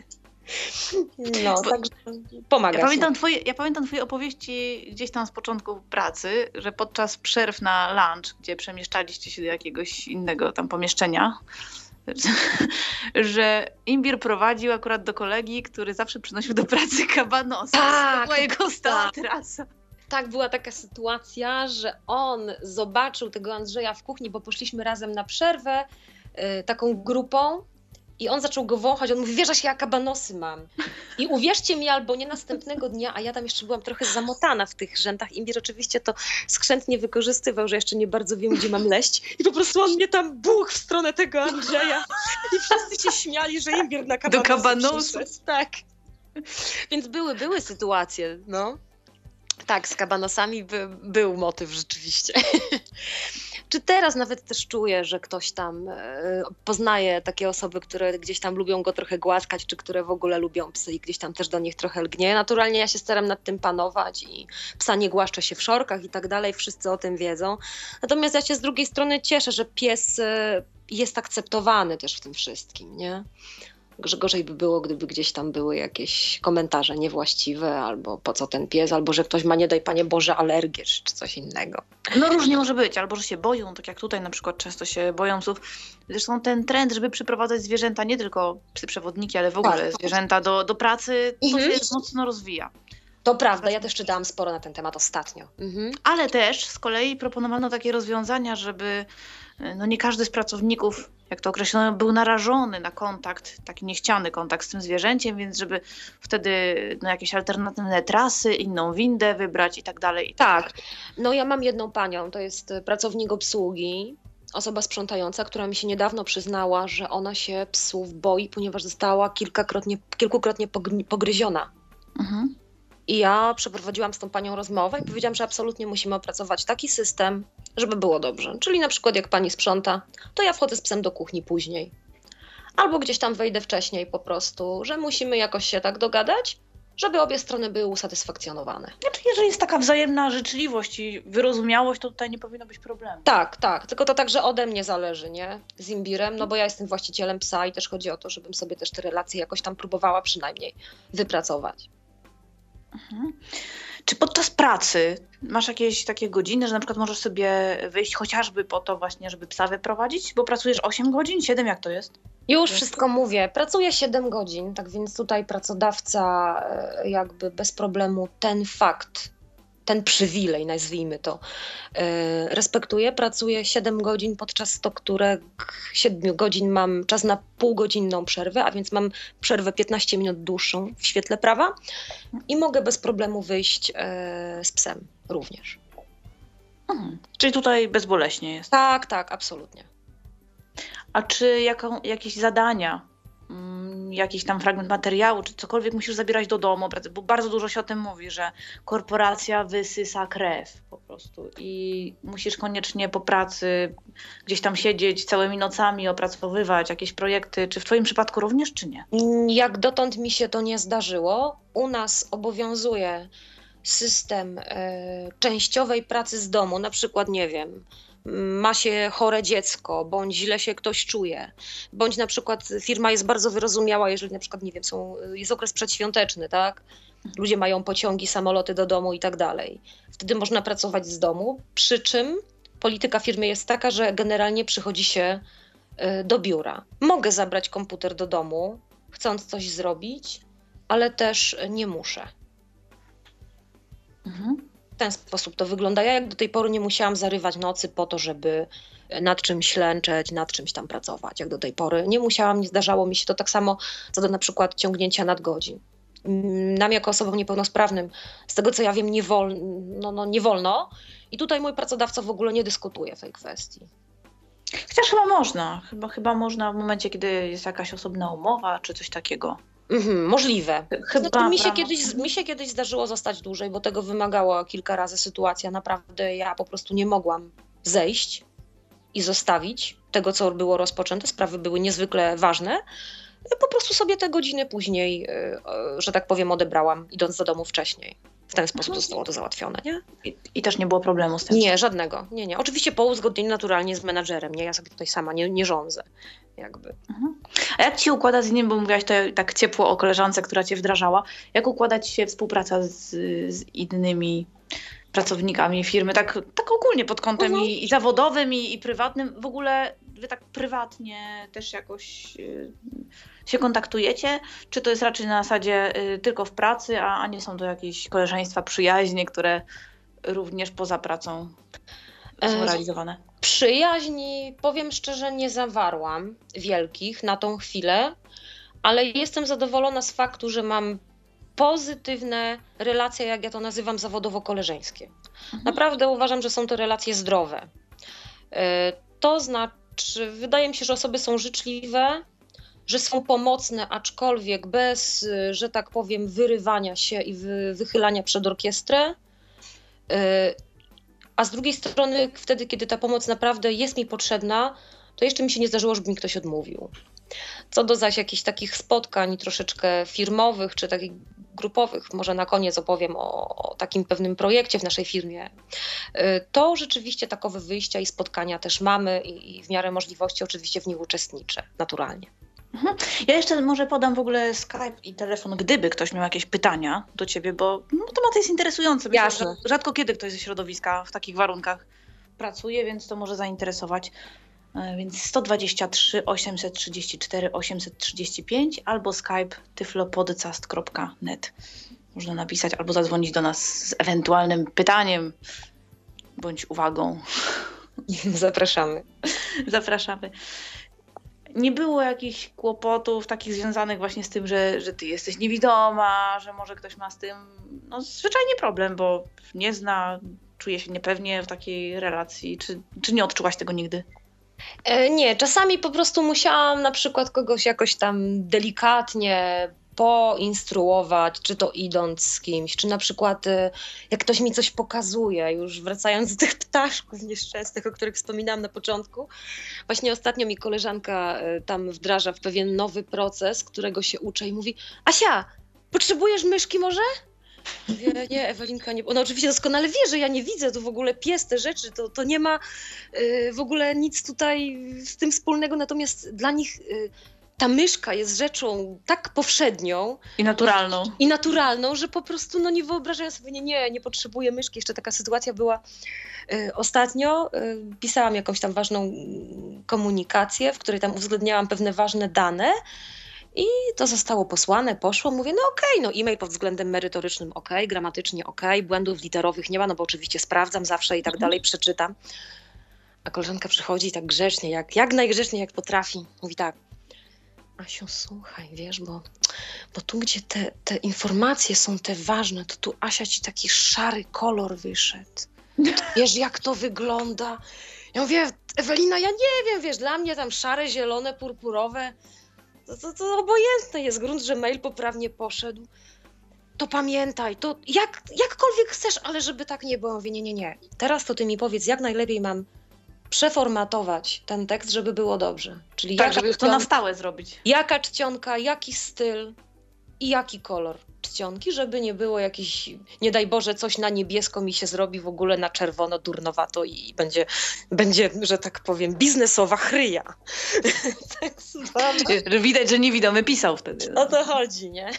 No, Bo- także pomaga Ja się. pamiętam, twoje, ja pamiętam twoje opowieści gdzieś tam z początku pracy, że podczas przerw na lunch, gdzie przemieszczaliście się do jakiegoś innego tam pomieszczenia, że Imbir prowadził akurat do kolegi, który zawsze przynosił do pracy kabanosa. Tak, To była jego stała tak. trasa. Tak, była taka sytuacja, że on zobaczył tego Andrzeja w kuchni, bo poszliśmy razem na przerwę y, taką grupą i on zaczął go wąchać. On mówi, wierzasz, ja kabanosy mam. I uwierzcie mi albo nie, następnego dnia, a ja tam jeszcze byłam trochę zamotana w tych rzętach. Imbir oczywiście to skrzętnie wykorzystywał, że jeszcze nie bardzo wiem, gdzie mam leść. I po prostu on mnie tam buch w stronę tego Andrzeja. I wszyscy się śmiali, że Imbir na kabanosy Do kabanosów. przyszedł. Tak. Więc były, były sytuacje, no. Tak, z kabanosami by, był motyw rzeczywiście. Czy teraz nawet też czuję, że ktoś tam e, poznaje takie osoby, które gdzieś tam lubią go trochę głaskać, czy które w ogóle lubią psy i gdzieś tam też do nich trochę lgnie. Naturalnie ja się staram nad tym panować i psa nie głaszczę się w szorkach i tak dalej, wszyscy o tym wiedzą. Natomiast ja się z drugiej strony cieszę, że pies e, jest akceptowany też w tym wszystkim, nie? Że gorzej by było, gdyby gdzieś tam były jakieś komentarze niewłaściwe, albo po co ten pies, albo że ktoś ma, nie daj Panie Boże, alergię, czy czy coś innego. No różnie może być, albo że się boją, tak jak tutaj na przykład często się boją psów. Zresztą ten trend, żeby przyprowadzać zwierzęta, nie tylko psy przewodniki, ale w ogóle Tak. zwierzęta do, do pracy, to Mhm. się mocno rozwija. To prawda, ja też czytałam sporo na ten temat ostatnio. Mhm. Ale też z kolei proponowano takie rozwiązania, żeby no nie każdy z pracowników, jak to określono, był narażony na kontakt, taki niechciany kontakt z tym zwierzęciem, więc żeby wtedy no, jakieś alternatywne trasy, inną windę wybrać i tak dalej. I tak, Tak, no ja mam jedną panią, to jest pracownik obsługi, osoba sprzątająca, która mi się niedawno przyznała, że ona się psów boi, ponieważ została kilkakrotnie, kilkukrotnie pogni- pogryziona. Mhm. I ja przeprowadziłam z tą panią rozmowę i powiedziałam, że absolutnie musimy opracować taki system, żeby było dobrze. Czyli na przykład jak pani sprząta, to ja wchodzę z psem do kuchni później. Albo gdzieś tam wejdę wcześniej po prostu, że musimy jakoś się tak dogadać, żeby obie strony były usatysfakcjonowane. Znaczy, jeżeli jest taka wzajemna życzliwość i wyrozumiałość, to tutaj nie powinno być problemu. Tak, tak, tylko to także ode mnie zależy, nie? Z imbirem, no bo ja jestem właścicielem psa i też chodzi o to, żebym sobie też te relacje jakoś tam próbowała przynajmniej wypracować. Mhm. Czy podczas pracy masz jakieś takie godziny, że na przykład możesz sobie wyjść chociażby po to właśnie, żeby psa wyprowadzić? Bo pracujesz osiem godzin, siedem, jak to jest? Już wszystko mówię. Pracuję siedem godzin, tak więc tutaj pracodawca e, jakby bez problemu ten fakt, ten przywilej, nazwijmy to, e, respektuje. Pracuję siedem godzin, podczas to, których siedem godzin mam czas na półgodzinną przerwę, a więc mam przerwę piętnaście minut dłuższą w świetle prawa i mogę bez problemu wyjść e, z psem również. Mhm. Czyli tutaj bezboleśnie jest. Tak, tak, absolutnie. A czy jaką, jakieś zadania, mm, jakiś tam fragment materiału, czy cokolwiek musisz zabierać do domu? Bo bardzo dużo się o tym mówi, że korporacja wysysa krew po prostu i musisz koniecznie po pracy gdzieś tam siedzieć całymi nocami, opracowywać jakieś projekty. Czy w twoim przypadku również, czy nie? Jak dotąd mi się to nie zdarzyło. U nas obowiązuje system e, częściowej pracy z domu, na przykład, nie wiem, ma się chore dziecko, bądź źle się ktoś czuje, bądź na przykład firma jest bardzo wyrozumiała, jeżeli na przykład, nie wiem, są, jest okres przedświąteczny, tak? Ludzie mają pociągi, samoloty do domu i tak dalej. Wtedy można pracować z domu, przy czym polityka firmy jest taka, że generalnie przychodzi się y, do biura. Mogę zabrać komputer do domu, chcąc coś zrobić, ale też nie muszę. Mhm. W ten sposób to wygląda. Ja jak do tej pory nie musiałam zarywać nocy po to, żeby nad czymś ślęczeć, nad czymś tam pracować. Jak do tej pory nie musiałam, nie zdarzało mi się to tak samo co do na przykład ciągnięcia nadgodzin. Nam jako osobom niepełnosprawnym, z tego co ja wiem, nie, wol, no, no, nie wolno i tutaj mój pracodawca w ogóle nie dyskutuje w tej kwestii. Chociaż chyba można. Chyba, chyba można w momencie, kiedy jest jakaś osobna umowa, czy coś takiego. Mhm, możliwe. Chyba Znaczy, mi, się prawo- kiedyś, mi się kiedyś zdarzyło zostać dłużej, bo tego wymagała kilka razy sytuacja. Naprawdę ja po prostu nie mogłam zejść i zostawić tego, co było rozpoczęte. Sprawy były niezwykle ważne. Po prostu sobie te godziny później, że tak powiem, odebrałam, idąc do domu wcześniej. W ten sposób zostało to załatwione, nie? I, I też nie było problemu z tym. Nie, żadnego. Nie, nie. Oczywiście po uzgodnieniu naturalnie z menadżerem, nie? Ja sobie tutaj sama nie, nie rządzę. Jakby. Mhm. A jak ci się układa z innymi, bo mówiłaś to tak ciepło o koleżance, która cię wdrażała, jak układać się współpraca z, z innymi pracownikami firmy, tak, tak ogólnie pod kątem Mhm. i, i zawodowym, i, i prywatnym? W ogóle wy tak prywatnie też jakoś y, się kontaktujecie? Czy to jest raczej na zasadzie y, tylko w pracy, a, a nie są to jakieś koleżeństwa, przyjaźnie, które również poza pracą są E, realizowane? Przyjaźni, powiem szczerze, nie zawarłam wielkich na tą chwilę, ale jestem zadowolona z faktu, że mam pozytywne relacje, jak ja to nazywam, zawodowo-koleżeńskie. Mhm. Naprawdę uważam, że są to relacje zdrowe. E, To znaczy, wydaje mi się, że osoby są życzliwe, że są pomocne, aczkolwiek bez, y, że tak powiem, wyrywania się i wy, wychylania przed orkiestrę. Y, A z drugiej strony, wtedy, kiedy ta pomoc naprawdę jest mi potrzebna, to jeszcze mi się nie zdarzyło, żeby mi ktoś odmówił. Co do zaś jakichś takich spotkań troszeczkę firmowych, czy takich grupowych, może na koniec opowiem o, o takim pewnym projekcie w naszej firmie, y, to rzeczywiście takowe wyjścia i spotkania też mamy i, i w miarę możliwości oczywiście w nich uczestniczę, naturalnie. Mhm. Ja jeszcze może podam w ogóle Skype i telefon, gdyby ktoś miał jakieś pytania do ciebie, bo no, temat jest interesujący. Myślę, Jasne. że rzadko kiedy ktoś ze środowiska w takich warunkach pracuje, więc to może zainteresować. E, Więc sto dwadzieścia trzy osiemset trzydzieści cztery osiemset trzydzieści pięć albo Skype tyflopodcast kropka net. można napisać albo zadzwonić do nas z ewentualnym pytaniem bądź uwagą. Zapraszamy. Zapraszamy. Nie było jakichś kłopotów takich związanych właśnie z tym, że, że ty jesteś niewidoma, że może ktoś ma z tym no, zwyczajnie problem, bo nie zna, czuje się niepewnie w takiej relacji. Czy, czy nie odczułaś tego nigdy? E, nie, czasami po prostu musiałam na przykład kogoś jakoś tam delikatnie poinstruować, czy to idąc z kimś, czy na przykład e, jak ktoś mi coś pokazuje, już wracając do tych ptaszków nieszczęsnych, o których wspominałam na początku. Właśnie ostatnio mi koleżanka e, tam wdraża w pewien nowy proces, którego się uczę i mówi: Asia, potrzebujesz myszki może? Mówię, nie, Ewelinka, nie. Ona oczywiście doskonale wie, że ja nie widzę, to w ogóle pies, te rzeczy, to, to nie ma y, w ogóle nic tutaj z tym wspólnego, natomiast dla nich y, ta myszka jest rzeczą tak powszednią I naturalną. i naturalną, że po prostu no, nie wyobrażają sobie, nie, nie, nie potrzebuję myszki. Jeszcze taka sytuacja była y, ostatnio, y, pisałam jakąś tam ważną y, komunikację, w której tam uwzględniałam pewne ważne dane. I to zostało posłane, poszło, mówię, no okej, okay, no e-mail pod względem merytorycznym okej, okay, gramatycznie okej, okay, błędów literowych nie ma, no bo oczywiście sprawdzam zawsze i tak dalej, przeczytam. A koleżanka przychodzi tak grzecznie, jak, jak najgrzeczniej jak potrafi, mówi tak: Asiu, słuchaj, wiesz, bo, bo tu gdzie te, te informacje są te ważne, to tu Asia ci taki szary kolor wyszedł. Wiesz, jak to wygląda? Ja mówię, Ewelina, ja nie wiem, wiesz, dla mnie tam szare, zielone, purpurowe, To, to, to obojętne jest, grunt, że mail poprawnie poszedł. To pamiętaj, to jak, jakkolwiek chcesz, ale żeby tak nie było. Mówię, nie, nie, nie. Teraz to ty mi powiedz, jak najlepiej mam przeformatować ten tekst, żeby było dobrze. Czyli Tak, jaka żeby to czcionka, na stałe zrobić. jaka czcionka, jaki styl i jaki kolor czcionki, żeby nie było jakiś, nie daj Boże, coś na niebiesko mi się zrobi w ogóle na czerwono, durnowato i będzie, będzie, że tak powiem, biznesowa chryja. Tak zwana. Widać, że niewidomy pisał wtedy. O to chodzi, nie?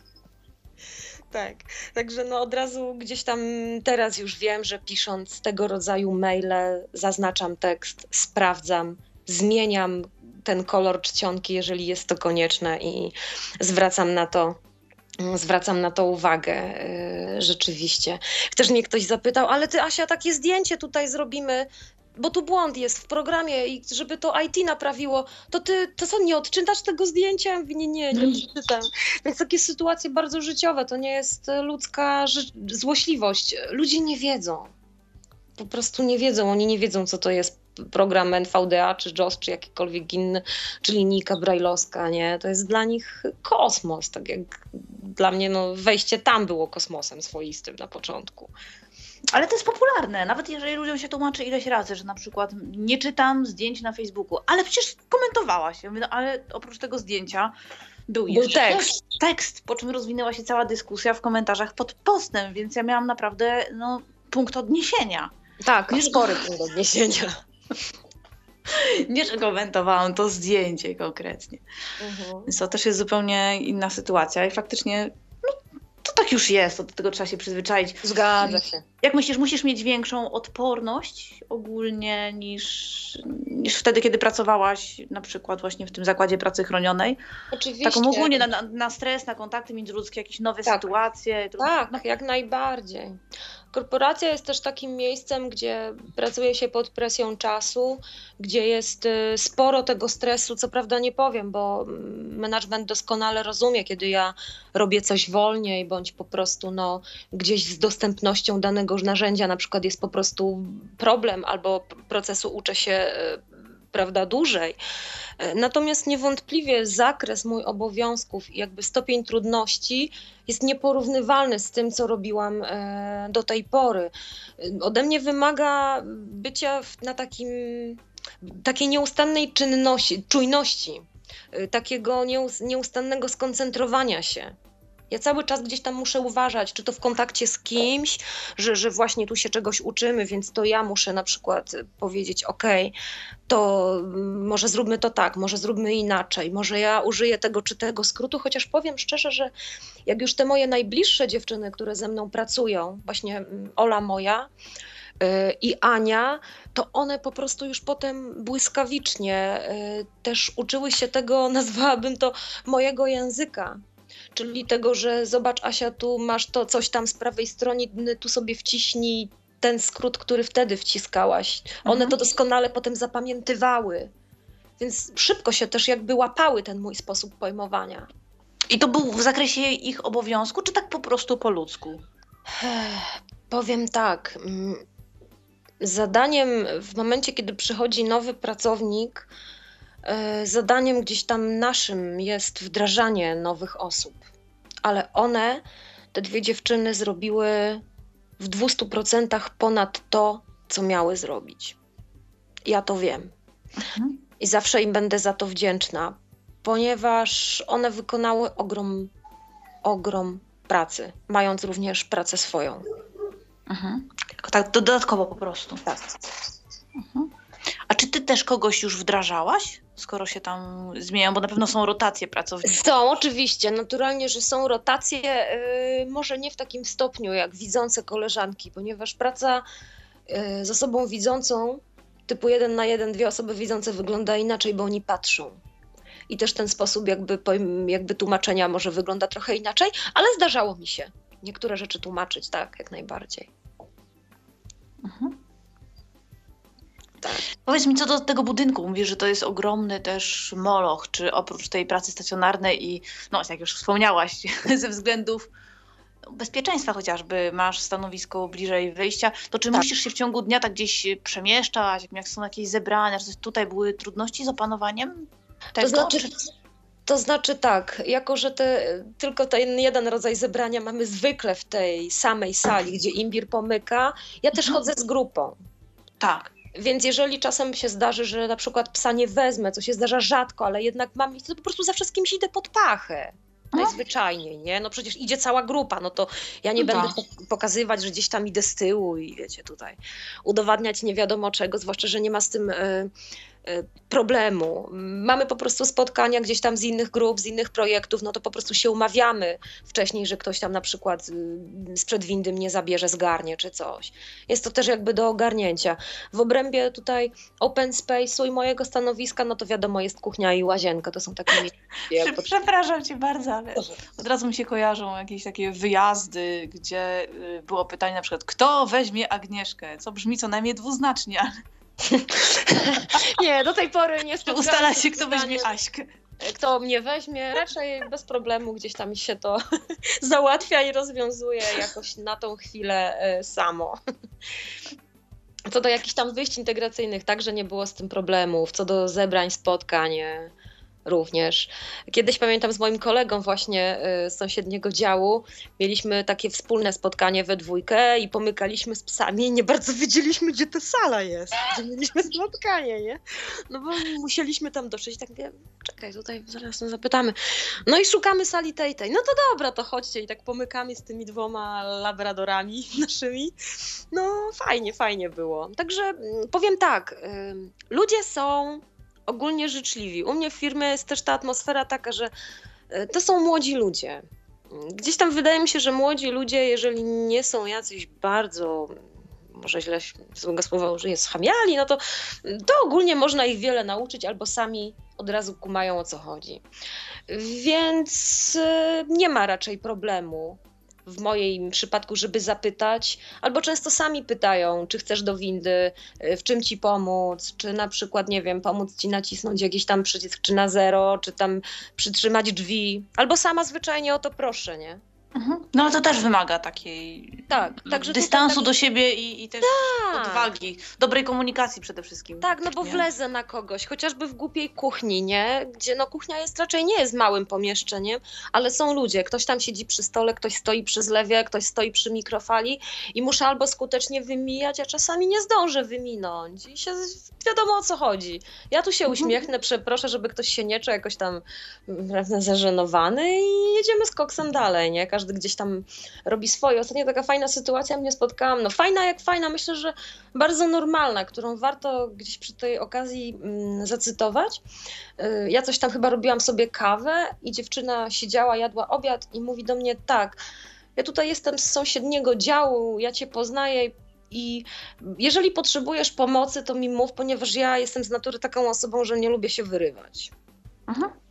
Tak, także no od razu gdzieś tam teraz już wiem, że pisząc tego rodzaju maile zaznaczam tekst, sprawdzam, zmieniam ten kolor czcionki, jeżeli jest to konieczne i zwracam na to Zwracam na to uwagę, yy, rzeczywiście. Też mnie ktoś zapytał, ale ty, Asia, takie zdjęcie tutaj zrobimy, bo tu błąd jest w programie i żeby to I T naprawiło, to ty, to co, nie odczytasz tego zdjęcia? Ja mówię, nie, nie, nie odczytam. Więc takie sytuacje bardzo życiowe, to nie jest ludzka ży- złośliwość. Ludzie nie wiedzą. Po prostu nie wiedzą, oni nie wiedzą, co to jest program N V D A, czy JAWS, czy jakikolwiek inny, czy linijka brajlowska, nie? To jest dla nich kosmos, tak jak dla mnie no, wejście tam było kosmosem swoistym na początku. Ale to jest popularne, nawet jeżeli ludziom się tłumaczy ileś razy, że na przykład nie czytam zdjęć na Facebooku, ale przecież komentowałaś. Ja mówię, no ale oprócz tego zdjęcia był, Był jeszcze tekst. tekst, po czym rozwinęła się cała dyskusja w komentarzach pod postem, więc ja miałam naprawdę no, punkt odniesienia. Tak, spory punkt odniesienia. Nie, że komentowałam to zdjęcie konkretnie. Mhm. Więc to też jest zupełnie inna sytuacja i faktycznie no, to tak już jest, to do tego trzeba się przyzwyczaić. Zgadza się. Jak myślisz, musisz mieć większą odporność ogólnie niż, niż wtedy, kiedy pracowałaś na przykład właśnie w tym zakładzie pracy chronionej? Oczywiście. Taką ogólnie na, na, na stres, na kontakty międzyludzkie, jakieś nowe Tak. sytuacje? Tak, No, jak najbardziej. Korporacja jest też takim miejscem, gdzie pracuje się pod presją czasu, gdzie jest y, sporo tego stresu, co prawda nie powiem, bo mm, management doskonale rozumie, kiedy ja robię coś wolniej, bądź po prostu no, gdzieś z dostępnością danego narzędzia na przykład jest po prostu problem, albo p- procesu uczę się y, prawda, dłużej. Natomiast niewątpliwie zakres mój obowiązków i jakby stopień trudności jest nieporównywalny z tym, co robiłam e, do tej pory. Ode mnie wymaga bycia w, na takim, takiej nieustannej czynności, czujności, e, takiego nieus, nieustannego skoncentrowania się. Ja cały czas gdzieś tam muszę uważać, czy to w kontakcie z kimś, że, że właśnie tu się czegoś uczymy, więc to ja muszę na przykład powiedzieć, okej, to może zróbmy to tak, może zróbmy inaczej, może ja użyję tego czy tego skrótu, chociaż powiem szczerze, że jak już te moje najbliższe dziewczyny, które ze mną pracują, właśnie Ola moja yy, i Ania, to one po prostu już potem błyskawicznie yy, też uczyły się tego, nazwałabym to, mojego języka. czyli tego, że zobacz Asia, tu masz to coś tam z prawej strony, tu sobie wciśnij ten skrót, który wtedy wciskałaś. One Mhm. to doskonale potem zapamiętywały, więc szybko się też jakby łapały ten mój sposób pojmowania. I to był w zakresie ich obowiązku, czy tak po prostu po ludzku? Powiem tak, zadaniem w momencie, kiedy przychodzi nowy pracownik, zadaniem gdzieś tam naszym jest wdrażanie nowych osób, ale one, te dwie dziewczyny, zrobiły w dwustu procentach ponad to, co miały zrobić. Ja to wiem. Mhm. I zawsze im będę za to wdzięczna, ponieważ one wykonały ogrom, ogrom pracy, mając również pracę swoją. Mhm. Tylko tak dodatkowo po prostu. Tak. Mhm. A czy ty też kogoś już wdrażałaś, skoro się tam zmieniają, bo na pewno są rotacje pracowników? Są, oczywiście, naturalnie, że są rotacje, yy, może nie w takim stopniu jak widzące koleżanki, ponieważ praca yy, z osobą widzącą, typu jeden na jeden, dwie osoby widzące wygląda inaczej, bo oni patrzą. I też ten sposób jakby, jakby tłumaczenia może wygląda trochę inaczej, ale zdarzało mi się niektóre rzeczy tłumaczyć, tak, jak najbardziej. Mhm. Tak. Powiedz mi, co do tego budynku. Mówisz, że to jest ogromny też moloch, czy oprócz tej pracy stacjonarnej i, no jak już wspomniałaś, ze względów bezpieczeństwa chociażby, masz stanowisko bliżej wyjścia, to czy Tak. musisz się w ciągu dnia tak gdzieś przemieszczać, jak są jakieś zebrania, czy coś tutaj były trudności z opanowaniem tego? To znaczy, czy... to znaczy tak, jako że te, tylko ten jeden rodzaj zebrania mamy zwykle w tej samej sali, gdzie imbir pomyka, ja też Mhm. chodzę z grupą. Tak. Więc jeżeli czasem się zdarzy, że na przykład psa nie wezmę, co się zdarza rzadko, ale jednak mam, to po prostu zawsze z kimś idę pod pachę. Najzwyczajniej, nie? No przecież idzie cała grupa, no to ja nie No będę tak. po- pokazywać, że gdzieś tam idę z tyłu i wiecie, tutaj udowadniać nie wiadomo czego, zwłaszcza, że nie ma z tym y, y, problemu. Mamy po prostu spotkania gdzieś tam z innych grup, z innych projektów, no to po prostu się umawiamy wcześniej, że ktoś tam na przykład y, sprzed windy mnie zabierze, zgarnie czy coś. Jest to też jakby do ogarnięcia. W obrębie tutaj open space'u i mojego stanowiska, no to wiadomo, jest kuchnia i łazienka, to są takie miejsca. Prze- Przepraszam cię bardzo, ale od razu mi się kojarzą jakieś takie wyjazdy, gdzie y, było pytanie na przykład, kto weźmie Agnieszkę, co brzmi co najmniej dwuznacznie, ale Nie, do tej pory nie spotkałam ustala z się, tym kto weźmie zdaniem. Aśkę. Kto mnie weźmie, raczej bez problemu gdzieś tam się to załatwia i rozwiązuje jakoś na tą chwilę e, samo. Co do jakichś tam wyjść integracyjnych, także nie było z tym problemów. Co do zebrań, spotkań, e, również. Kiedyś pamiętam z moim kolegą właśnie e, z sąsiedniego działu, mieliśmy takie wspólne spotkanie we dwójkę i pomykaliśmy z psami i nie bardzo wiedzieliśmy, gdzie ta sala jest, gdzie mieliśmy spotkanie, nie? No bo musieliśmy tam dotrzeć, tak mówię, czekaj, tutaj zaraz no zapytamy. No i szukamy sali tej, tej. No to dobra, to chodźcie i tak pomykamy z tymi dwoma labradorami naszymi. No fajnie, fajnie było. Także mm, powiem tak, ym, ludzie są ogólnie życzliwi. U mnie w firmie jest też ta atmosfera taka, że y, to są młodzi ludzie. Gdzieś tam wydaje mi się, że młodzi ludzie, jeżeli nie są jacyś bardzo, może źle złego słowa użyję, schamiali, no to, to ogólnie można ich wiele nauczyć albo sami od razu kumają, o co chodzi. Więc y, nie ma raczej problemu w moim przypadku, żeby zapytać, albo często sami pytają, czy chcesz do windy, y, w czym ci pomóc, czy na przykład, nie wiem, pomóc ci nacisnąć jakiś tam przycisk, czy na zero, czy tam przytrzymać drzwi, albo sama zwyczajnie o to proszę, nie? Mhm. No ale to też wymaga takiej Tak, także dystansu tutaj do siebie i, i też tak. odwagi, dobrej komunikacji przede wszystkim. Tak, no bo Nie? wlezę na kogoś, chociażby w głupiej kuchni, nie? Gdzie no kuchnia jest raczej nie jest małym pomieszczeniem, ale są ludzie, ktoś tam siedzi przy stole, ktoś stoi przy zlewie, ktoś stoi przy mikrofali i muszę albo skutecznie wymijać, a czasami nie zdążę wyminąć i się wiadomo o co chodzi. Ja tu się uśmiechnę, przeproszę, żeby ktoś się nie czuł jakoś tam prawda, zażenowany i jedziemy z koksem dalej, nie? Każdy gdzieś tam robi swoje. Ostatnio taka fajna sytuacja mnie spotkałam, no fajna jak fajna, myślę, że bardzo normalna, którą warto gdzieś przy tej okazji mm, zacytować. Yy, ja coś tam chyba robiłam sobie kawę i dziewczyna siedziała, jadła obiad i mówi do mnie tak, ja tutaj jestem z sąsiedniego działu, ja cię poznaję i jeżeli potrzebujesz pomocy, to mi mów, ponieważ ja jestem z natury taką osobą, że nie lubię się wyrywać. Mhm.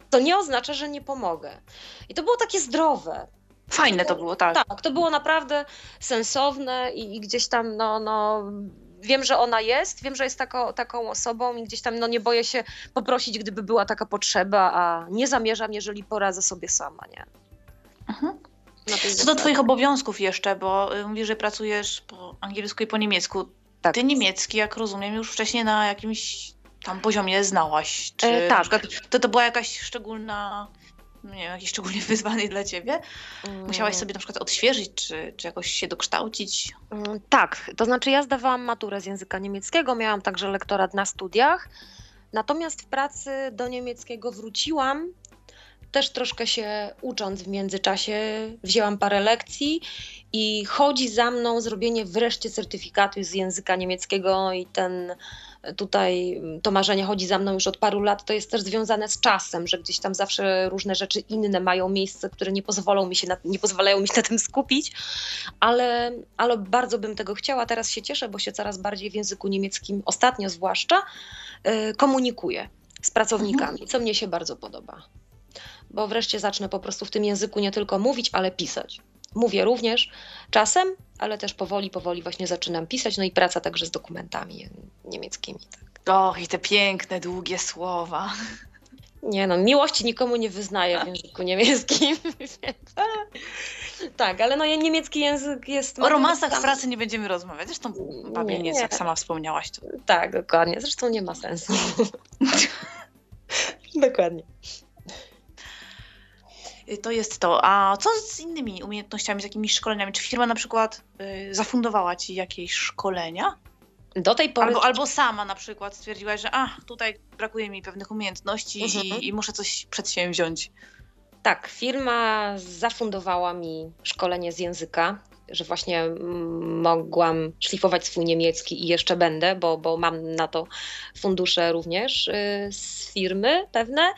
to nie oznacza, że nie pomogę. I to było takie zdrowe. Fajne to było, tak. Tak, to było naprawdę sensowne i, i gdzieś tam, no, no, wiem, że ona jest, wiem, że jest taką, taką osobą i gdzieś tam, no, nie boję się poprosić, gdyby była taka potrzeba, a nie zamierzam, jeżeli poradzę sobie sama, nie? Mhm. Na tej Co do zasadzie. twoich obowiązków jeszcze, bo y, mówisz, że pracujesz po angielsku i po niemiecku. Tak. Ty niemiecki, jak rozumiem, już wcześniej na jakimś tam poziomie znałaś. Czy E, na tak. przykład to, to była jakaś szczególna, no nie wiem, jakiś szczególnie wyzwanie dla ciebie? Musiałaś sobie na przykład odświeżyć, czy, czy jakoś się dokształcić? Mm, Tak, to znaczy ja zdawałam maturę z języka niemieckiego, miałam także lektorat na studiach, natomiast w pracy do niemieckiego wróciłam, też troszkę się ucząc w międzyczasie, wzięłam parę lekcji i chodzi za mną zrobienie wreszcie certyfikatu z języka niemieckiego i ten tutaj to marzenie chodzi za mną już od paru lat, to jest też związane z czasem, że gdzieś tam zawsze różne rzeczy inne mają miejsce, które nie pozwolą mi się na, nie pozwalają mi się na tym skupić, ale, ale bardzo bym tego chciała. Teraz się cieszę, bo się coraz bardziej w języku niemieckim, ostatnio zwłaszcza, yy, komunikuję z pracownikami, co mnie się bardzo podoba. Bo wreszcie zacznę po prostu w tym języku nie tylko mówić, ale pisać. Mówię również czasem, ale też powoli, powoli właśnie zaczynam pisać, no i praca także z dokumentami niemieckimi. Tak. Och, i te piękne, długie słowa. Nie no, miłości nikomu nie wyznaję w języku niemieckim. Więc... Tak, ale no niemiecki język jest... O romansach w pracy nie będziemy rozmawiać. Zresztą babie nic, jak sama wspomniałaś. To... Tak, dokładnie. Zresztą nie ma sensu. Dokładnie. To jest to. A co z innymi umiejętnościami, z jakimiś szkoleniami? Czy firma na przykład y, zafundowała ci jakieś szkolenia? Do tej pory... Albo, albo sama na przykład stwierdziłaś, że a, tutaj brakuje mi pewnych umiejętności Mhm. i, i muszę coś przedsięwziąć. Tak, firma zafundowała mi szkolenie z języka, że właśnie mm, mogłam szlifować swój niemiecki i jeszcze będę, bo, bo mam na to fundusze również y, z firmy pewne.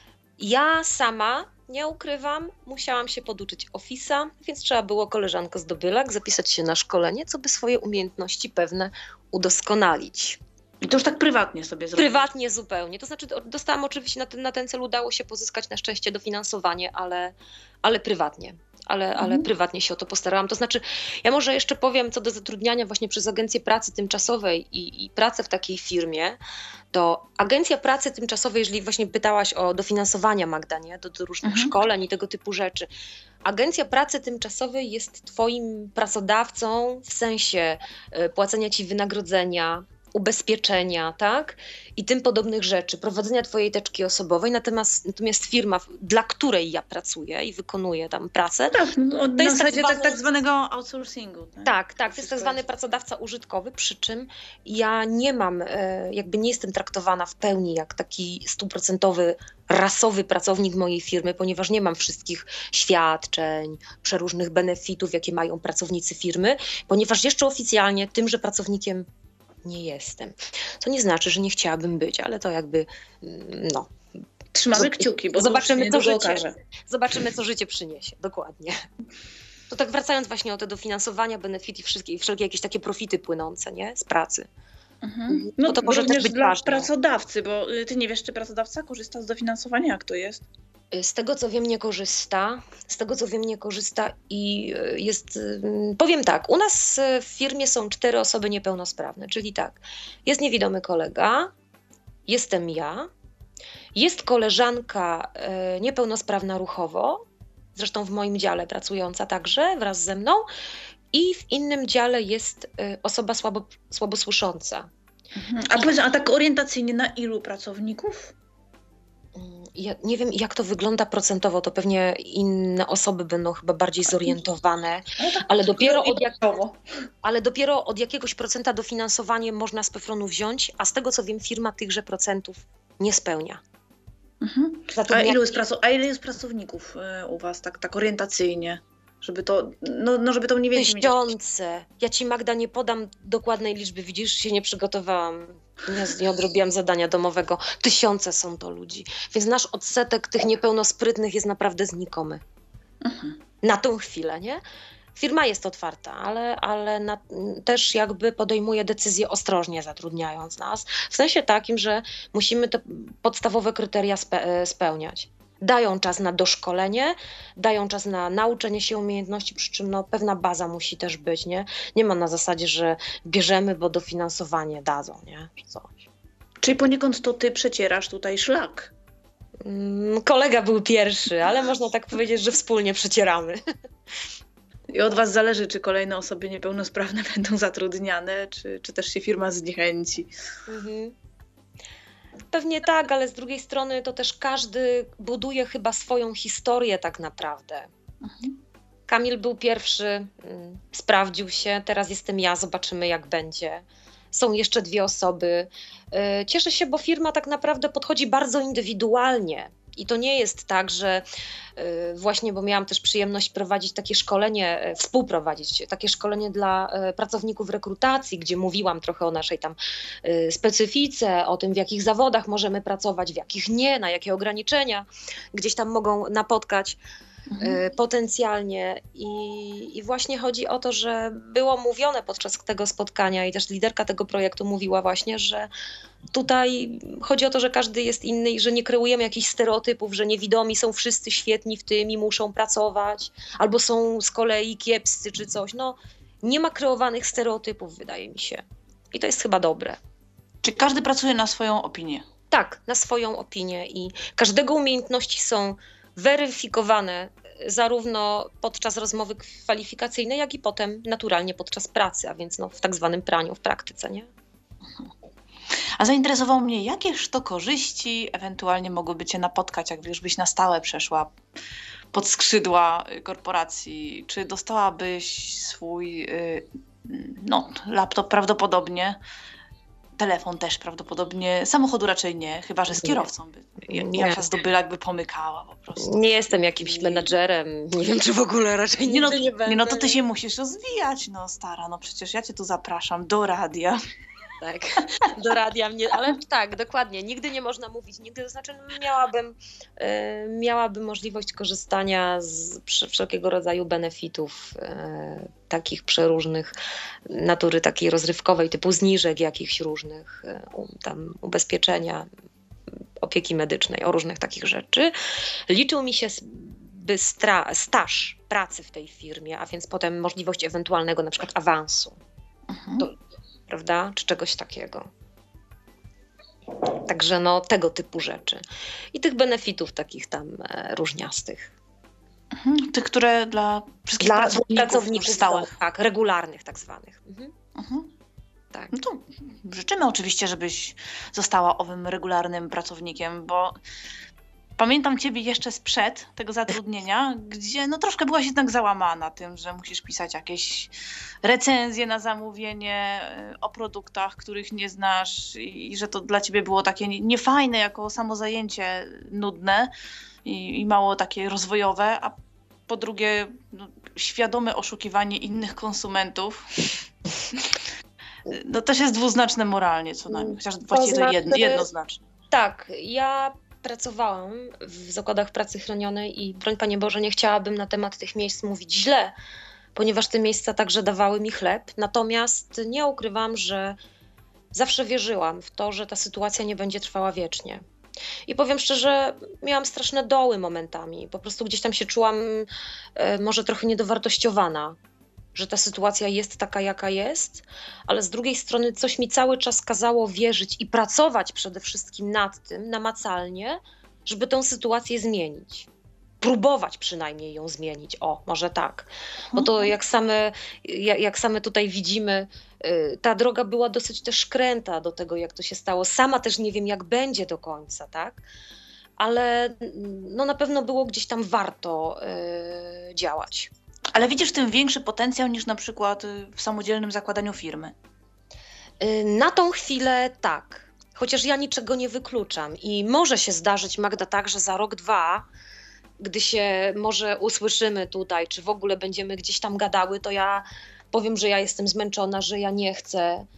Ja sama, nie ukrywam, musiałam się poduczyć Office'a, więc trzeba było koleżanko z Dobylak zapisać się na szkolenie, co by swoje umiejętności pewne udoskonalić. I to już tak prywatnie sobie zrobiłaś. Prywatnie zupełnie. To znaczy dostałam oczywiście na ten, na ten cel, udało się pozyskać na szczęście dofinansowanie, ale, ale prywatnie. Ale, ale Mhm. prywatnie się o to postarałam. To znaczy, ja może jeszcze powiem co do zatrudniania właśnie przez Agencję Pracy Tymczasowej i, i pracę w takiej firmie, to Agencja Pracy Tymczasowej, jeżeli właśnie pytałaś o dofinansowania, Magda, nie? Do, do różnych Mhm. szkoleń i tego typu rzeczy. Agencja Pracy Tymczasowej jest twoim pracodawcą w sensie y, płacenia ci wynagrodzenia, ubezpieczenia, tak? I tym podobnych rzeczy, prowadzenia twojej teczki osobowej, natomiast, natomiast firma, dla której ja pracuję i wykonuję tam pracę, Tak, no, na To jest tak zasadzie tak, zwany- tak zwanego outsourcingu. Tak, tak, tak, to jest Wszystko tak zwany jest- pracodawca użytkowy, przy czym ja nie mam, e, jakby nie jestem traktowana w pełni jak taki stuprocentowy rasowy pracownik mojej firmy, ponieważ nie mam wszystkich świadczeń, przeróżnych benefitów, jakie mają pracownicy firmy, ponieważ jeszcze oficjalnie tymże pracownikiem nie jestem. Co nie znaczy, że nie chciałabym być, ale to jakby, mm, no, Trzymamy Zob- kciuki, bo zobaczymy, to co już się niedługo życie- okaże. zobaczymy, co życie przyniesie, dokładnie. To tak wracając właśnie o te dofinansowania, benefity, wszystkie, wszelkie jakieś takie profity płynące, nie, z pracy. Mhm. No No to to może również też być dla ważne. pracodawcy, bo y, ty nie wiesz, czy pracodawca korzysta z dofinansowania, jak to jest? Z tego, co wiem, nie korzysta. Z tego, co wiem, nie korzysta i y, jest, y, powiem tak, u nas y, w firmie są cztery osoby niepełnosprawne, czyli tak, jest niewidomy kolega, jestem ja, jest koleżanka y, niepełnosprawna ruchowo, zresztą w moim dziale pracująca także wraz ze mną i w innym dziale jest y, osoba słabo, słabosłysząca. Mhm. A powiedz, a tak orientacyjnie na ilu pracowników? Mm, Ja nie wiem, jak to wygląda procentowo, to pewnie inne osoby będą chyba bardziej zorientowane, Ale, tak ale dopiero od, jak, ilościowo. ale dopiero od jakiegoś procenta dofinansowanie można z PFRON-u wziąć, a z tego co wiem, firma tychże procentów nie spełnia. Mhm. A Zatrudnia- ilu jest, praco- a ile jest pracowników y, u was, tak, tak orientacyjnie? Żeby to, no, no żeby to mniej więcej mieć. Tysiące. Ja ci, Magda, nie podam dokładnej liczby, widzisz, się nie przygotowałam. Nie, nie odrobiłam zadania domowego. Tysiące są to ludzi. Więc nasz odsetek tych niepełnosprytnych jest naprawdę znikomy. Mhm. Na tą chwilę, nie? Firma jest otwarta, ale, ale na, też jakby podejmuje decyzje ostrożnie zatrudniając nas. W sensie takim, że musimy te podstawowe kryteria spe, spełniać. dają czas na doszkolenie, dają czas na nauczenie się umiejętności, przy czym no, pewna baza musi też być, nie? Nie ma na zasadzie, że bierzemy, bo dofinansowanie dadzą, nie? Czy coś. Czyli poniekąd to ty przecierasz tutaj szlak. Mm, kolega był pierwszy, ale można tak powiedzieć, że wspólnie przecieramy. I od was zależy, czy kolejne osoby niepełnosprawne będą zatrudniane, czy, czy też się firma zniechęci. Mhm. Pewnie tak, ale z drugiej strony to też każdy buduje chyba swoją historię tak naprawdę. Mhm. Kamil był pierwszy, mm, sprawdził się, teraz jestem ja, zobaczymy jak będzie. Są jeszcze dwie osoby. Yy, Cieszę się, bo firma tak naprawdę podchodzi bardzo indywidualnie. I to nie jest tak, że yy, właśnie, bo miałam też przyjemność prowadzić takie szkolenie, yy, współprowadzić takie szkolenie dla yy, pracowników rekrutacji, gdzie mówiłam trochę o naszej tam yy, specyfice, o tym w jakich zawodach możemy pracować, w jakich nie, na jakie ograniczenia gdzieś tam mogą napotkać. Mhm. Potencjalnie I, i właśnie chodzi o to, że było mówione podczas tego spotkania i też liderka tego projektu mówiła właśnie, że tutaj chodzi o to, że każdy jest inny i że nie kreujemy jakichś stereotypów, że niewidomi są wszyscy świetni w tym i muszą pracować, albo są z kolei kiepscy czy coś. No, nie ma kreowanych stereotypów, wydaje mi się. I to jest chyba dobre. Czy każdy pracuje na swoją opinię? Tak, na swoją opinię i każdego umiejętności są weryfikowane zarówno podczas rozmowy kwalifikacyjnej, jak i potem naturalnie podczas pracy, a więc no, w tak zwanym praniu, w praktyce, nie? A zainteresowało mnie, jakież to korzyści ewentualnie mogłyby cię napotkać, jak już byś na stałe przeszła pod skrzydła korporacji? Czy dostałabyś swój no, laptop prawdopodobnie, telefon też prawdopodobnie, samochodu raczej nie, chyba że z kierowcą by. Jaka zdobylak by pomykała po prostu. Nie jestem jakimś menadżerem, nie wiem czy w ogóle raczej nie, no, nigdy nie będę. Nie, no to ty się musisz rozwijać, no stara, no przecież ja cię tu zapraszam do radia. Tak, do radia mnie, ale tak, dokładnie, nigdy nie można mówić, nigdy, to znaczy miałabym, y, miałabym możliwość korzystania z wszelkiego rodzaju benefitów, y, takich przeróżnych, natury takiej rozrywkowej, typu zniżek jakichś różnych, y, tam ubezpieczenia, opieki medycznej, o różnych takich rzeczy. Liczył mi się by stra- staż pracy w tej firmie, a więc potem możliwość ewentualnego na przykład awansu. Mhm. Do, prawda? Czy czegoś takiego. Także no tego typu rzeczy. I tych benefitów takich tam e, różniastych. Mhm. Tych, które dla wszystkich Dla pracowników, pracowników stałych. Tak, regularnych tak zwanych. Mhm. Mhm. Tak. No to życzymy oczywiście, żebyś została owym regularnym pracownikiem, bo pamiętam ciebie jeszcze sprzed tego zatrudnienia, gdzie no troszkę byłaś jednak załamana tym, że musisz pisać jakieś recenzje na zamówienie o produktach, których nie znasz i, i że to dla ciebie było takie niefajne jako samo zajęcie, nudne i, i mało takie rozwojowe, a po drugie no, świadome oszukiwanie innych konsumentów. No też jest dwuznaczne moralnie co najmniej, chociaż właściwie to jedno, jednoznaczne. Tak, ja pracowałam w zakładach pracy chronionej i broń Panie Boże, nie chciałabym na temat tych miejsc mówić źle, ponieważ te miejsca także dawały mi chleb, natomiast nie ukrywam, że zawsze wierzyłam w to, że ta sytuacja nie będzie trwała wiecznie. I powiem szczerze, miałam straszne doły momentami, po prostu gdzieś tam się czułam e, może trochę niedowartościowana, że ta sytuacja jest taka, jaka jest, ale z drugiej strony coś mi cały czas kazało wierzyć i pracować przede wszystkim nad tym, namacalnie, żeby tę sytuację zmienić. Próbować przynajmniej ją zmienić, o, może tak. Bo to jak same, jak, jak same tutaj widzimy, ta droga była dosyć też kręta do tego, jak to się stało. Sama też nie wiem, jak będzie do końca, tak? Ale no na pewno było gdzieś tam warto yy, działać. Ale widzisz w tym większy potencjał niż na przykład w samodzielnym zakładaniu firmy? Na tą chwilę tak, chociaż ja niczego nie wykluczam i może się zdarzyć, Magda, tak, że za rok, dwa, gdy się może usłyszymy tutaj, czy w ogóle będziemy gdzieś tam gadały, to ja powiem, że ja jestem zmęczona, że ja nie chcę,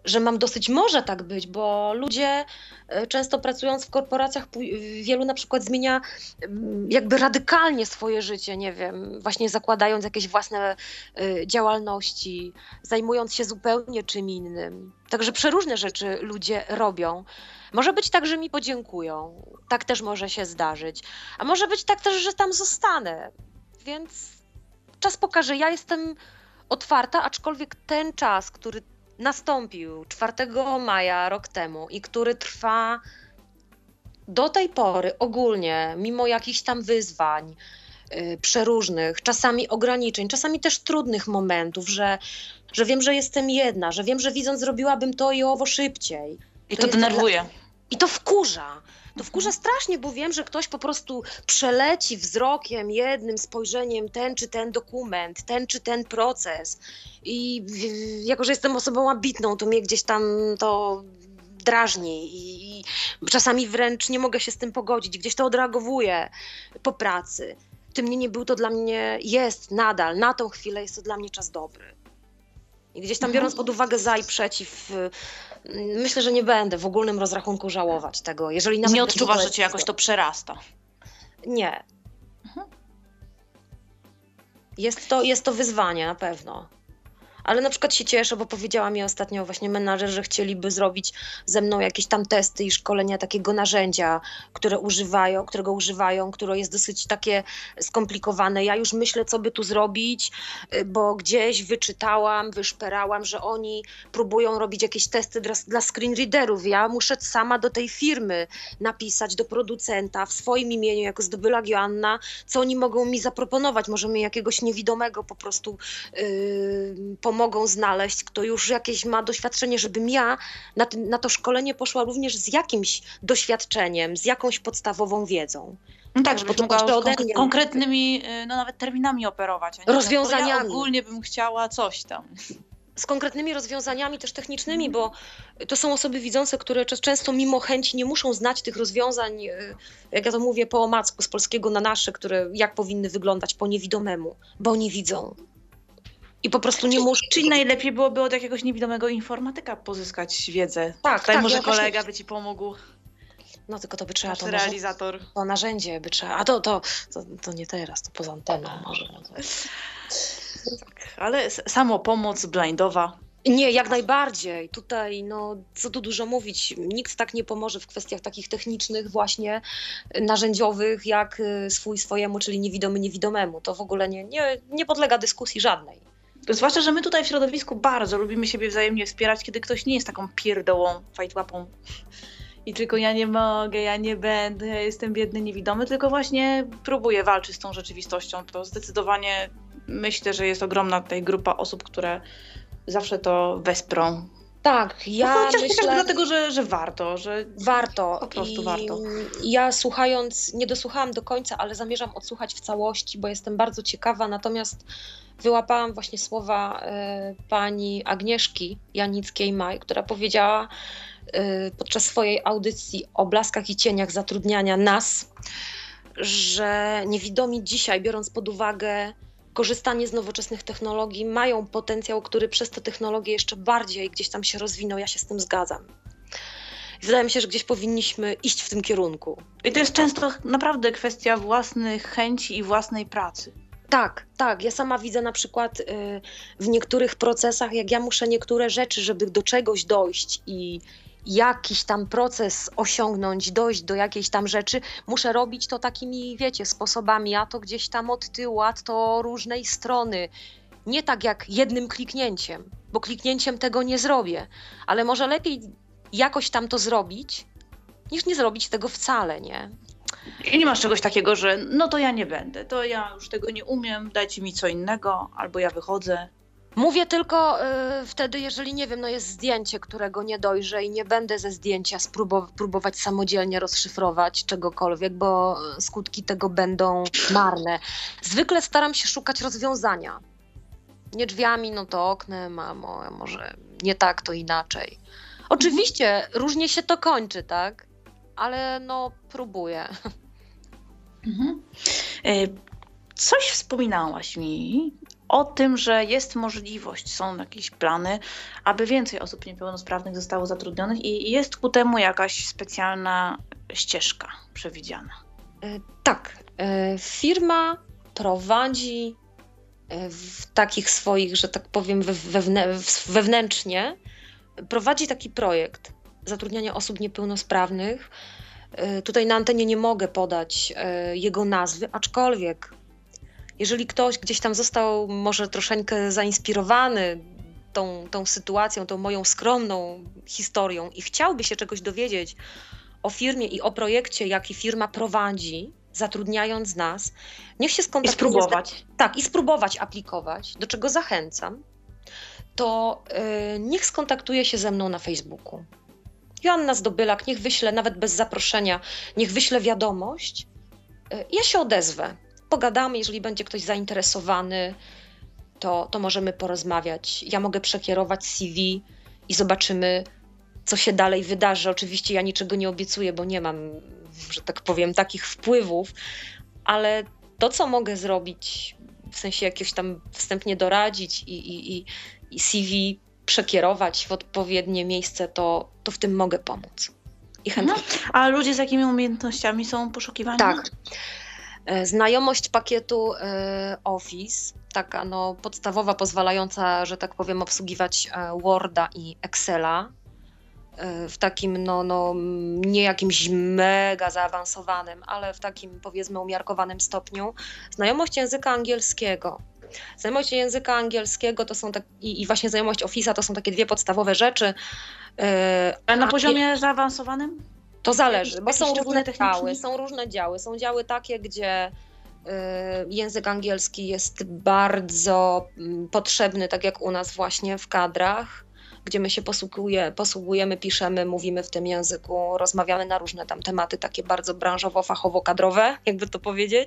że mam dosyć, może tak być, bo ludzie często pracując w korporacjach, wielu na przykład zmienia jakby radykalnie swoje życie, nie wiem, właśnie zakładając jakieś własne działalności, zajmując się zupełnie czym innym. Także przeróżne rzeczy ludzie robią. Może być tak, że mi podziękują, tak też może się zdarzyć, a może być tak też, że tam zostanę, więc czas pokaże. Ja jestem otwarta, aczkolwiek ten czas, który nastąpił czwartego maja rok temu i który trwa do tej pory ogólnie, mimo jakichś tam wyzwań yy, przeróżnych, czasami ograniczeń, czasami też trudnych momentów, że, że wiem, że jestem jedna, że wiem, że widząc zrobiłabym to i owo szybciej. I to, to denerwuje. Dla... I to wkurza. To wkurza strasznie, bo wiem, że ktoś po prostu przeleci wzrokiem, jednym spojrzeniem ten czy ten dokument, ten czy ten proces. I jako, że jestem osobą ambitną, to mnie gdzieś tam to drażni i, i czasami wręcz nie mogę się z tym pogodzić. Gdzieś to odreagowuję po pracy. Tym niemniej był to dla mnie, jest nadal, na tą chwilę jest to dla mnie czas dobry. I gdzieś tam biorąc pod uwagę za i przeciw, myślę, że nie będę w ogólnym rozrachunku żałować tego. Jeżeli nawet nie odczuwasz, że cię jakoś to przerasta? Nie. Mhm. Jest to, jest to wyzwanie na pewno. Ale na przykład się cieszę, bo powiedziała mi ostatnio właśnie menadżer, że chcieliby zrobić ze mną jakieś tam testy i szkolenia takiego narzędzia, które używają, którego używają, które jest dosyć takie skomplikowane. Ja już myślę, co by tu zrobić, bo gdzieś wyczytałam, wyszperałam, że oni próbują robić jakieś testy dla, dla screenreaderów. Ja muszę sama do tej firmy napisać, do producenta w swoim imieniu, jako Zdobyłak Joanna, co oni mogą mi zaproponować. Może mi jakiegoś niewidomego po prostu yy, pomogą znaleźć, kto już jakieś ma doświadczenie, żebym ja na, ty, na to szkolenie poszła również z jakimś doświadczeniem, z jakąś podstawową wiedzą. No tak, żebyś mogła konkre- konkretnymi, no nawet terminami operować. A nie rozwiązaniami. Ja ogólnie bym chciała coś tam. Z konkretnymi rozwiązaniami też technicznymi, mm. bo to są osoby widzące, które często mimo chęci nie muszą znać tych rozwiązań, jak ja to mówię po omacku, z polskiego na nasze, które jak powinny wyglądać po niewidomemu, bo nie widzą. I po prostu nie muszę. Czyli najlepiej byłoby od jakiegoś niewidomego informatyka pozyskać wiedzę. Tak, Tutaj tak, może ja kolega właśnie... by ci pomógł. No tylko to by trzeba to realizator. Może, to narzędzie by trzeba. A to, to, to, to nie teraz, to poza anteną może. Tak, ale samopomoc blindowa. Nie, jak najbardziej. Tutaj, no, co tu dużo mówić, nikt tak nie pomoże w kwestiach takich technicznych właśnie, narzędziowych, jak swój swojemu, czyli niewidomy niewidomemu. To w ogóle nie, nie, nie podlega dyskusji żadnej. Zwłaszcza, że my tutaj w środowisku bardzo lubimy siebie wzajemnie wspierać, kiedy ktoś nie jest taką pierdołą, fajtłapą i tylko ja nie mogę, ja nie będę, ja jestem biedny, niewidomy, tylko właśnie próbuję walczyć z tą rzeczywistością. To zdecydowanie myślę, że jest ogromna tutaj grupa osób, które zawsze to wesprą. Tak, ja no, chociaż myślę... dlatego, że, że warto, że warto. Po prostu I warto. Ja słuchając, nie dosłuchałam do końca, ale zamierzam odsłuchać w całości, bo jestem bardzo ciekawa, natomiast wyłapałam właśnie słowa y, pani Agnieszki Janickiej-Maj, która powiedziała y, podczas swojej audycji o blaskach i cieniach zatrudniania nas, że niewidomi dzisiaj, biorąc pod uwagę korzystanie z nowoczesnych technologii, mają potencjał, który przez te technologie jeszcze bardziej gdzieś tam się rozwinął. Ja się z tym zgadzam. Wydaje mi się, że gdzieś powinniśmy iść w tym kierunku. I to jest często naprawdę kwestia własnych chęci i własnej pracy. Tak, tak. Ja sama widzę na przykład y, w niektórych procesach, jak ja muszę niektóre rzeczy, żeby do czegoś dojść i jakiś tam proces osiągnąć, dojść do jakiejś tam rzeczy, muszę robić to takimi, wiecie, sposobami, a to gdzieś tam od tyłu, a to różnej strony. Nie tak jak jednym kliknięciem, bo kliknięciem tego nie zrobię, ale może lepiej jakoś tam to zrobić, niż nie zrobić tego wcale, nie? I nie masz czegoś takiego, że no to ja nie będę, to ja już tego nie umiem, dajcie mi co innego, albo ja wychodzę. Mówię tylko y, wtedy, jeżeli nie wiem, no jest zdjęcie, którego nie dojrzę i nie będę ze zdjęcia spróbow- próbować samodzielnie rozszyfrować czegokolwiek, bo skutki tego będą marne. Zwykle staram się szukać rozwiązania. Nie drzwiami, no to oknem, a mo- może nie tak, to inaczej. Oczywiście mhm. różnie się to kończy, tak? Ale no próbuję. Mhm. Y- coś wspominałaś mi o tym, że jest możliwość, są jakieś plany, aby więcej osób niepełnosprawnych zostało zatrudnionych i jest ku temu jakaś specjalna ścieżka przewidziana. Tak, firma prowadzi w takich swoich, że tak powiem, wewnę, wewnętrznie, prowadzi taki projekt zatrudniania osób niepełnosprawnych. Tutaj na antenie nie mogę podać jego nazwy, aczkolwiek jeżeli ktoś gdzieś tam został może troszeczkę zainspirowany tą, tą sytuacją, tą moją skromną historią i chciałby się czegoś dowiedzieć o firmie i o projekcie, jaki firma prowadzi, zatrudniając nas, niech się skontaktuje. I spróbować. Z, tak, i spróbować aplikować, do czego zachęcam, to yy, niech skontaktuje się ze mną na Facebooku. Joanna Zdobylak, niech wyśle, nawet bez zaproszenia, niech wyśle wiadomość. Yy, ja się odezwę. Pogadamy, jeżeli będzie ktoś zainteresowany, to, to możemy porozmawiać. Ja mogę przekierować C V i zobaczymy, co się dalej wydarzy. Oczywiście ja niczego nie obiecuję, bo nie mam, że tak powiem, takich wpływów, ale to, co mogę zrobić, w sensie jakieś tam wstępnie doradzić i, i, i, i C V przekierować w odpowiednie miejsce, to, to w tym mogę pomóc. I chętnie. No, a ludzie z jakimi umiejętnościami są poszukiwani? Tak. Znajomość pakietu Office, taka no podstawowa, pozwalająca, że tak powiem, obsługiwać Worda i Excela w takim no, no nie jakimś mega zaawansowanym, ale w takim powiedzmy umiarkowanym stopniu. Znajomość języka angielskiego. Znajomość języka angielskiego to są tak, i, i właśnie znajomość Office'a to są takie dwie podstawowe rzeczy. Ale na poziomie zaawansowanym? To zależy, bo są różne działy, są różne działy. Są działy takie, gdzie y, język angielski jest bardzo y, potrzebny, tak jak u nas właśnie w kadrach, gdzie my się posługuje, posługujemy, piszemy, mówimy w tym języku, rozmawiamy na różne tam tematy, takie bardzo branżowo-fachowo-kadrowe, jakby to powiedzieć.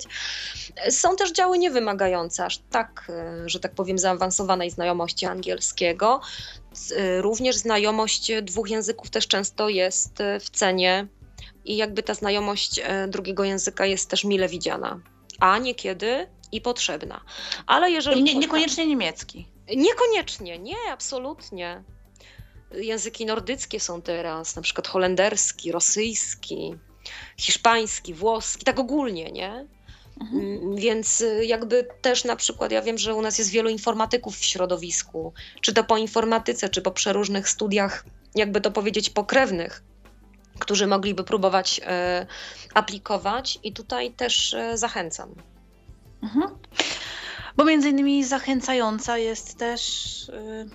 Są też działy niewymagające aż tak, y, że tak powiem, zaawansowanej znajomości angielskiego. Również znajomość dwóch języków też często jest w cenie i jakby ta znajomość drugiego języka jest też mile widziana, a niekiedy i potrzebna. Ale jeżeli... Nie, niekoniecznie niemiecki. Niekoniecznie, nie, absolutnie. Języki nordyckie są teraz, na przykład holenderski, rosyjski, hiszpański, włoski, tak ogólnie, nie? Mhm. Więc jakby też na przykład ja wiem, że u nas jest wielu informatyków w środowisku, czy to po informatyce, czy po przeróżnych studiach, jakby to powiedzieć, pokrewnych, którzy mogliby próbować e, aplikować i tutaj też e, zachęcam. Mhm. Bo między innymi zachęcająca jest też y,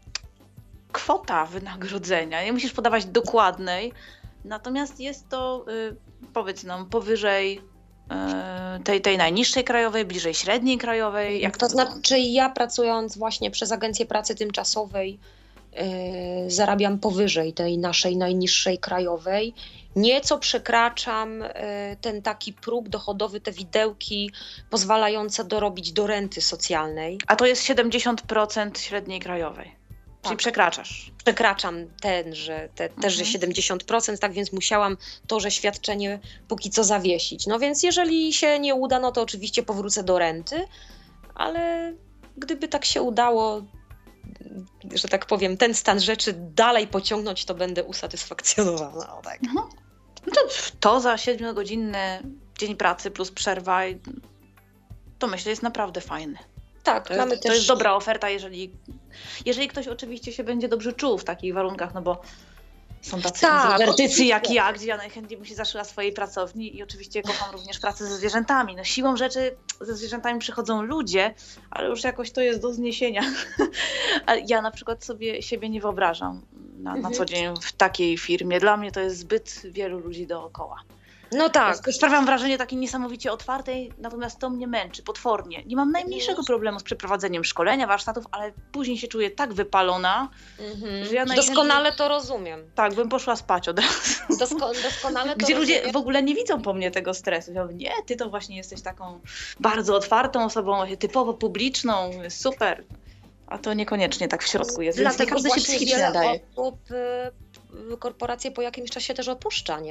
kwota wynagrodzenia. Nie musisz podawać dokładnej, natomiast jest to, y, powiedz nam, powyżej Tej, tej najniższej krajowej, bliżej średniej krajowej? Jak to, to znaczy ja pracując właśnie przez Agencję Pracy Tymczasowej yy, zarabiam powyżej tej naszej najniższej krajowej. Nieco przekraczam yy, ten taki próg dochodowy, te widełki pozwalające dorobić do renty socjalnej. A to jest siedemdziesiąt procent średniej krajowej? Tak. Czyli przekraczasz? Przekraczam tenże, te, mhm. też, że siedemdziesiąt procent, tak więc musiałam toże świadczenie póki co zawiesić. No więc jeżeli się nie uda, no to oczywiście powrócę do renty, ale gdyby tak się udało, że tak powiem, ten stan rzeczy dalej pociągnąć, to będę usatysfakcjonowana. O tak. Mhm. No to, to za siedmiogodzinny dzień pracy plus przerwa, to myślę jest naprawdę fajny. Tak, to, mamy jest, też... to jest dobra oferta, jeżeli, jeżeli ktoś oczywiście się będzie dobrze czuł w takich warunkach, no bo są tacy tak, introwertycy jak ja, gdzie ja najchętniej bym się zaszyła swojej pracowni i oczywiście kocham również pracę ze zwierzętami. No siłą rzeczy ze zwierzętami przychodzą ludzie, ale już jakoś to jest do zniesienia. Ja na przykład sobie siebie nie wyobrażam na, na co dzień w takiej firmie. Dla mnie to jest zbyt wielu ludzi dookoła. No tak. Sprawiam wrażenie takiej niesamowicie otwartej, natomiast to mnie męczy potwornie. Nie mam najmniejszego problemu z przeprowadzeniem szkolenia, warsztatów, ale później się czuję tak wypalona, mm-hmm. że ja najchętniej... Doskonale to rozumiem. Tak, bym poszła spać od razu. Dosko- doskonale to Gdzie ludzie rozumiem. w ogóle nie widzą po mnie tego stresu. Ja mówię, nie, ty to właśnie jesteś taką bardzo otwartą osobą, typowo publiczną, super. A to niekoniecznie tak w środku jest, Dlatego więc nie każdy się psychicznie nadaje. Osób, y, korporacje po jakimś czasie też opuszcza, nie?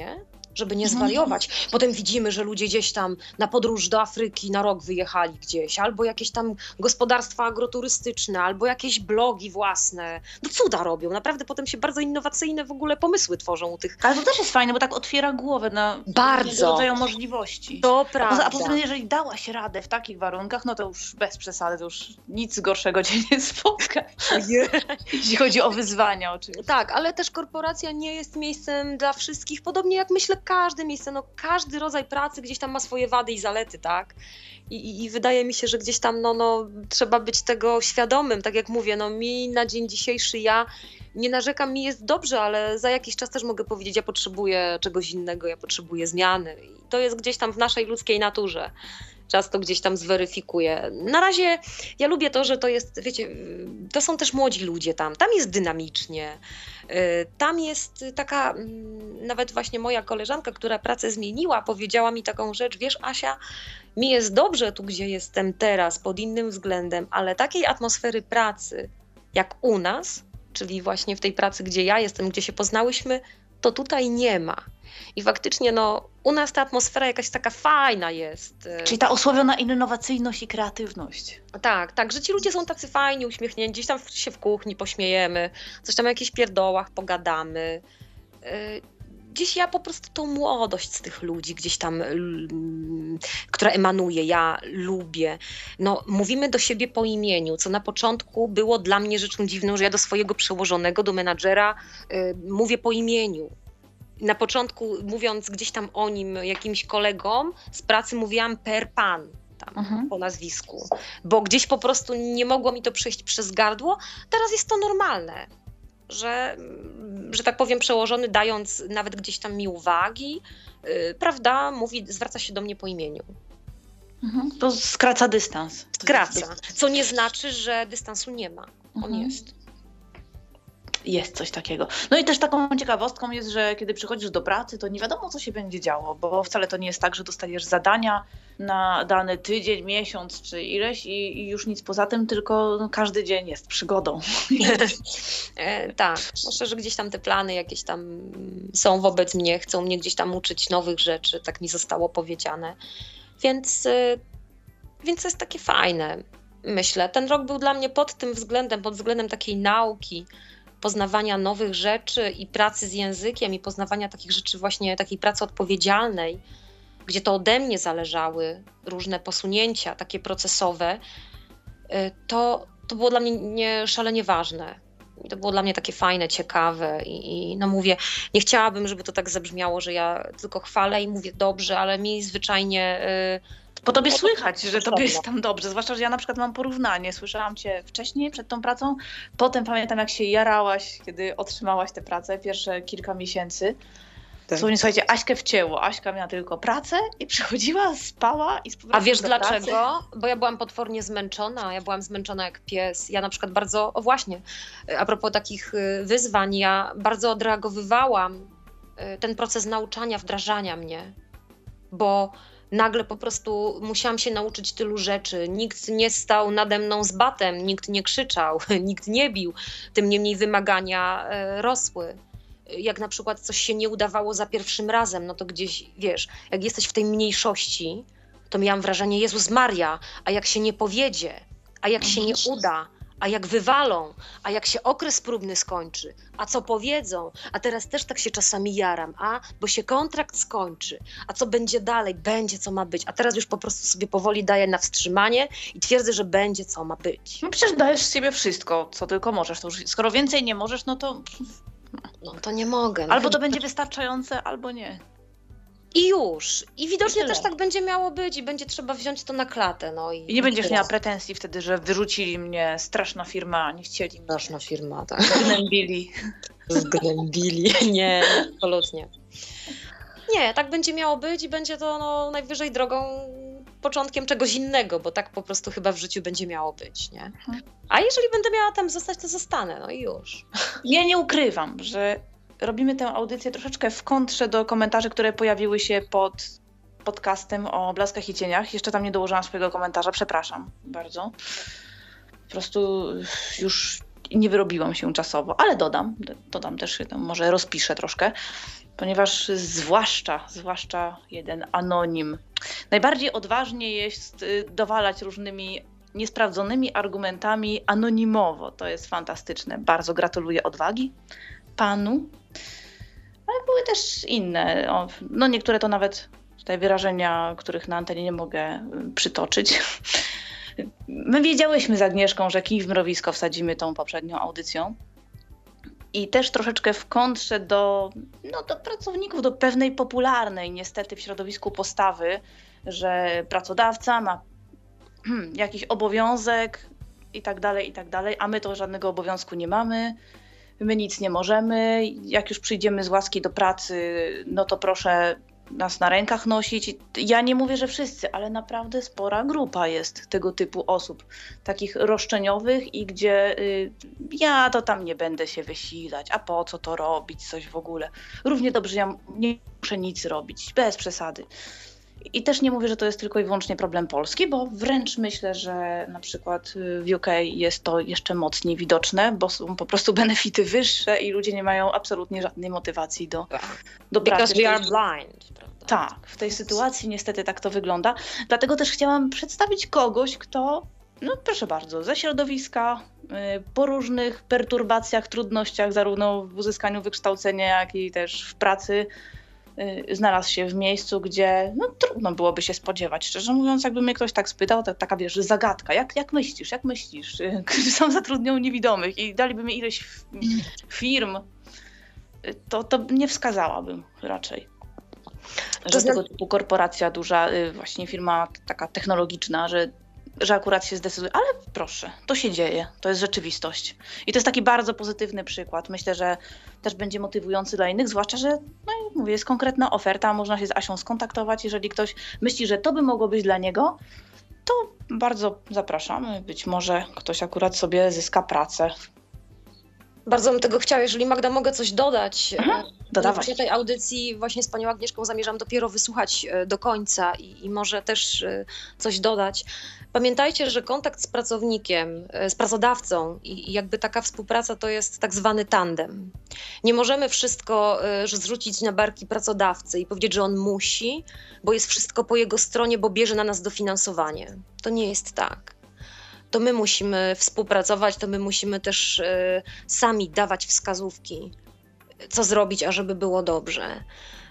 żeby nie Mhm. zwariować. Potem widzimy, że ludzie gdzieś tam na podróż do Afryki na rok wyjechali gdzieś, albo jakieś tam gospodarstwa agroturystyczne, albo jakieś blogi własne. No cuda robią, naprawdę potem się bardzo innowacyjne w ogóle pomysły tworzą u tych. Ale to też jest fajne, bo tak otwiera głowę na Bardzo. różnego rodzaju możliwości. To A poza, prawda. a poza tym, jeżeli dałaś radę w takich warunkach, no to już bez przesady, to już nic gorszego cię nie spotka. Jeśli chodzi o wyzwania oczywiście. Tak, ale też korporacja nie jest miejscem dla wszystkich, podobnie jak myślę każde miejsce, no każdy rodzaj pracy gdzieś tam ma swoje wady i zalety, tak? I, i, i wydaje mi się, że gdzieś tam no, no, trzeba być tego świadomym, tak jak mówię, no mi na dzień dzisiejszy ja nie narzekam, mi jest dobrze, ale za jakiś czas też mogę powiedzieć, ja potrzebuję czegoś innego, ja potrzebuję zmiany i to jest gdzieś tam w naszej ludzkiej naturze. Czas to gdzieś tam zweryfikuje. Na razie ja lubię to, że to jest, wiecie, to są też młodzi ludzie tam, tam jest dynamicznie, tam jest taka, nawet właśnie moja koleżanka, która pracę zmieniła, powiedziała mi taką rzecz, wiesz Asia, mi jest dobrze tu, gdzie jestem teraz, pod innym względem, ale takiej atmosfery pracy jak u nas, czyli właśnie w tej pracy, gdzie ja jestem, gdzie się poznałyśmy, to tutaj nie ma. I faktycznie no, u nas ta atmosfera jakaś taka fajna jest. Czyli ta osławiona innowacyjność i kreatywność. Tak, tak, że ci ludzie są tacy fajni, uśmiechnięci, gdzieś tam się w kuchni pośmiejemy, coś tam o jakichś pierdołach pogadamy. Gdzieś ja po prostu tą młodość z tych ludzi gdzieś tam, która emanuje, ja lubię. No, mówimy do siebie po imieniu, co na początku było dla mnie rzeczą dziwną, że ja do swojego przełożonego, do menadżera y, mówię po imieniu. Na początku mówiąc gdzieś tam o nim jakimś kolegom z pracy mówiłam per pan. Tam, Mhm. po nazwisku, bo gdzieś po prostu nie mogło mi to przejść przez gardło. Teraz jest to normalne, że, że tak powiem przełożony dając nawet gdzieś tam mi uwagi, yy, prawda, mówi, zwraca się do mnie po imieniu. Mhm. To skraca dystans. Skraca, co nie znaczy, że dystansu nie ma. On Mhm. jest. Jest coś takiego. No i też taką ciekawostką jest, że kiedy przychodzisz do pracy, to nie wiadomo, co się będzie działo, bo wcale to nie jest tak, że dostajesz zadania na dany tydzień, miesiąc czy ileś i, i już nic poza tym, tylko no, każdy dzień jest przygodą. E, tak, myślę, że gdzieś tam te plany jakieś tam są wobec mnie, chcą mnie gdzieś tam uczyć nowych rzeczy, tak mi zostało powiedziane. Więc, y, więc to jest takie fajne, myślę. Ten rok był dla mnie pod tym względem, pod względem takiej nauki, poznawania nowych rzeczy i pracy z językiem i poznawania takich rzeczy właśnie, takiej pracy odpowiedzialnej, gdzie to ode mnie zależały różne posunięcia takie procesowe, to, to było dla mnie nie, szalenie ważne. I to było dla mnie takie fajne, ciekawe i, i no mówię, nie chciałabym, żeby to tak zabrzmiało, że ja tylko chwalę i mówię dobrze, ale mi zwyczajnie... Yy, Po tobie słychać, że tobie jest tam dobrze, zwłaszcza, że ja na przykład mam porównanie. Słyszałam cię wcześniej, przed tą pracą, potem pamiętam, jak się jarałaś, kiedy otrzymałaś tę pracę, pierwsze kilka miesięcy. Tak. Słownie, słuchajcie, Aśkę wcięło. Aśka miała tylko pracę i przychodziła, spała i z powrotem A wiesz do dlaczego? pracy. Bo ja byłam potwornie zmęczona, ja byłam zmęczona jak pies. Ja na przykład bardzo, o właśnie, a propos takich wyzwań, ja bardzo odreagowywałam ten proces nauczania, wdrażania mnie, bo nagle po prostu musiałam się nauczyć tylu rzeczy. Nikt nie stał nade mną z batem, nikt nie krzyczał, nikt nie bił. Tym niemniej wymagania rosły. Jak na przykład coś się nie udawało za pierwszym razem, no to gdzieś, wiesz, jak jesteś w tej mniejszości, to miałam wrażenie, Jezus Maria, a jak się nie powiedzie, a jak się nie uda, a jak wywalą, a jak się okres próbny skończy, a co powiedzą, a teraz też tak się czasami jaram, a bo się kontrakt skończy, a co będzie dalej, będzie co ma być, a teraz już po prostu sobie powoli daję na wstrzymanie i twierdzę, że będzie co ma być. No przecież dajesz z siebie wszystko, co tylko możesz. To już, skoro więcej nie możesz, no to No to nie mogę. No albo chyba- to będzie wystarczające, albo nie. I już. I widocznie I tyle. też tak będzie miało być i będzie trzeba wziąć to na klatę. No i, I nie będziesz tyle. miała pretensji wtedy, że wyrzucili mnie, straszna firma, nie chcieli mnie, Straszna firma, tak. gnębili. Zgnębili. Nie, absolutnie. Nie, tak będzie miało być i będzie to no, najwyżej drogą, początkiem czegoś innego, bo tak po prostu chyba w życiu będzie miało być, nie? A jeżeli będę miała tam zostać, to zostanę, no i już. Ja nie ukrywam, że robimy tę audycję troszeczkę w kontrze do komentarzy, które pojawiły się pod podcastem o Blaskach i Cieniach. Jeszcze tam nie dołożyłam swojego komentarza, przepraszam bardzo. Po prostu już nie wyrobiłam się czasowo, ale dodam, dodam też, może rozpiszę troszkę. ponieważ zwłaszcza, zwłaszcza jeden anonim, najbardziej odważnie jest dowalać różnymi niesprawdzonymi argumentami anonimowo. To jest fantastyczne. Bardzo gratuluję odwagi panu. Ale były też inne. O, no niektóre to nawet tutaj wyrażenia, których na antenie nie mogę przytoczyć. My wiedziałyśmy z Agnieszką, że kij w mrowisko wsadzimy tą poprzednią audycją. I też troszeczkę w kontrze do, no, do pracowników, do pewnej popularnej niestety w środowisku postawy, że pracodawca ma hmm, jakiś obowiązek i tak dalej, i tak dalej, a my to żadnego obowiązku nie mamy, my nic nie możemy, jak już przyjdziemy z łaski do pracy, no to proszę nas na rękach nosić. Ja nie mówię, że wszyscy, ale naprawdę spora grupa jest tego typu osób, takich roszczeniowych i gdzie y, ja to tam nie będę się wysilać, a po co to robić, coś w ogóle. Równie dobrze ja nie muszę nic robić, bez przesady. I też nie mówię, że to jest tylko i wyłącznie problem Polski, bo wręcz myślę, że na przykład w U K jest to jeszcze mocniej widoczne, bo są po prostu benefity wyższe i ludzie nie mają absolutnie żadnej motywacji do, do pracy. Because we are blind. Prawda? Tak, w tej sytuacji niestety tak to wygląda. Dlatego też chciałam przedstawić kogoś, kto, no proszę bardzo, ze środowiska, po różnych perturbacjach, trudnościach, zarówno w uzyskaniu wykształcenia, jak i też w pracy, znalazł się w miejscu, gdzie no, trudno byłoby się spodziewać. Szczerze mówiąc, jakby mnie ktoś tak spytał, to taka, wiesz, zagadka. Jak, jak myślisz, jak myślisz? Którzy są zatrudnią niewidomych i daliby mi ileś firm, to, to nie wskazałabym raczej. Że to tego typu korporacja duża, właśnie firma taka technologiczna, że że akurat się zdecyduje, ale proszę, to się dzieje, to jest rzeczywistość. I to jest taki bardzo pozytywny przykład. Myślę, że też będzie motywujący dla innych, zwłaszcza, że no i mówię, jest konkretna oferta, można się z Asią skontaktować. Jeżeli ktoś myśli, że to by mogło być dla niego, to bardzo zapraszamy. Być może ktoś akurat sobie zyska pracę. Bardzo bym tego chciała, jeżeli Magda mogę coś dodać. Mhm, dodawaj. Ja tej audycji właśnie z panią Agnieszką zamierzam dopiero wysłuchać do końca i, i może też coś dodać. Pamiętajcie, że kontakt z pracownikiem, z pracodawcą i, i jakby taka współpraca to jest tak zwany tandem. Nie możemy wszystko że zrzucić na barki pracodawcy i powiedzieć, że on musi, bo jest wszystko po jego stronie, bo bierze na nas dofinansowanie. To nie jest tak. To my musimy współpracować, to my musimy też y, sami dawać wskazówki, co zrobić, ażeby było dobrze.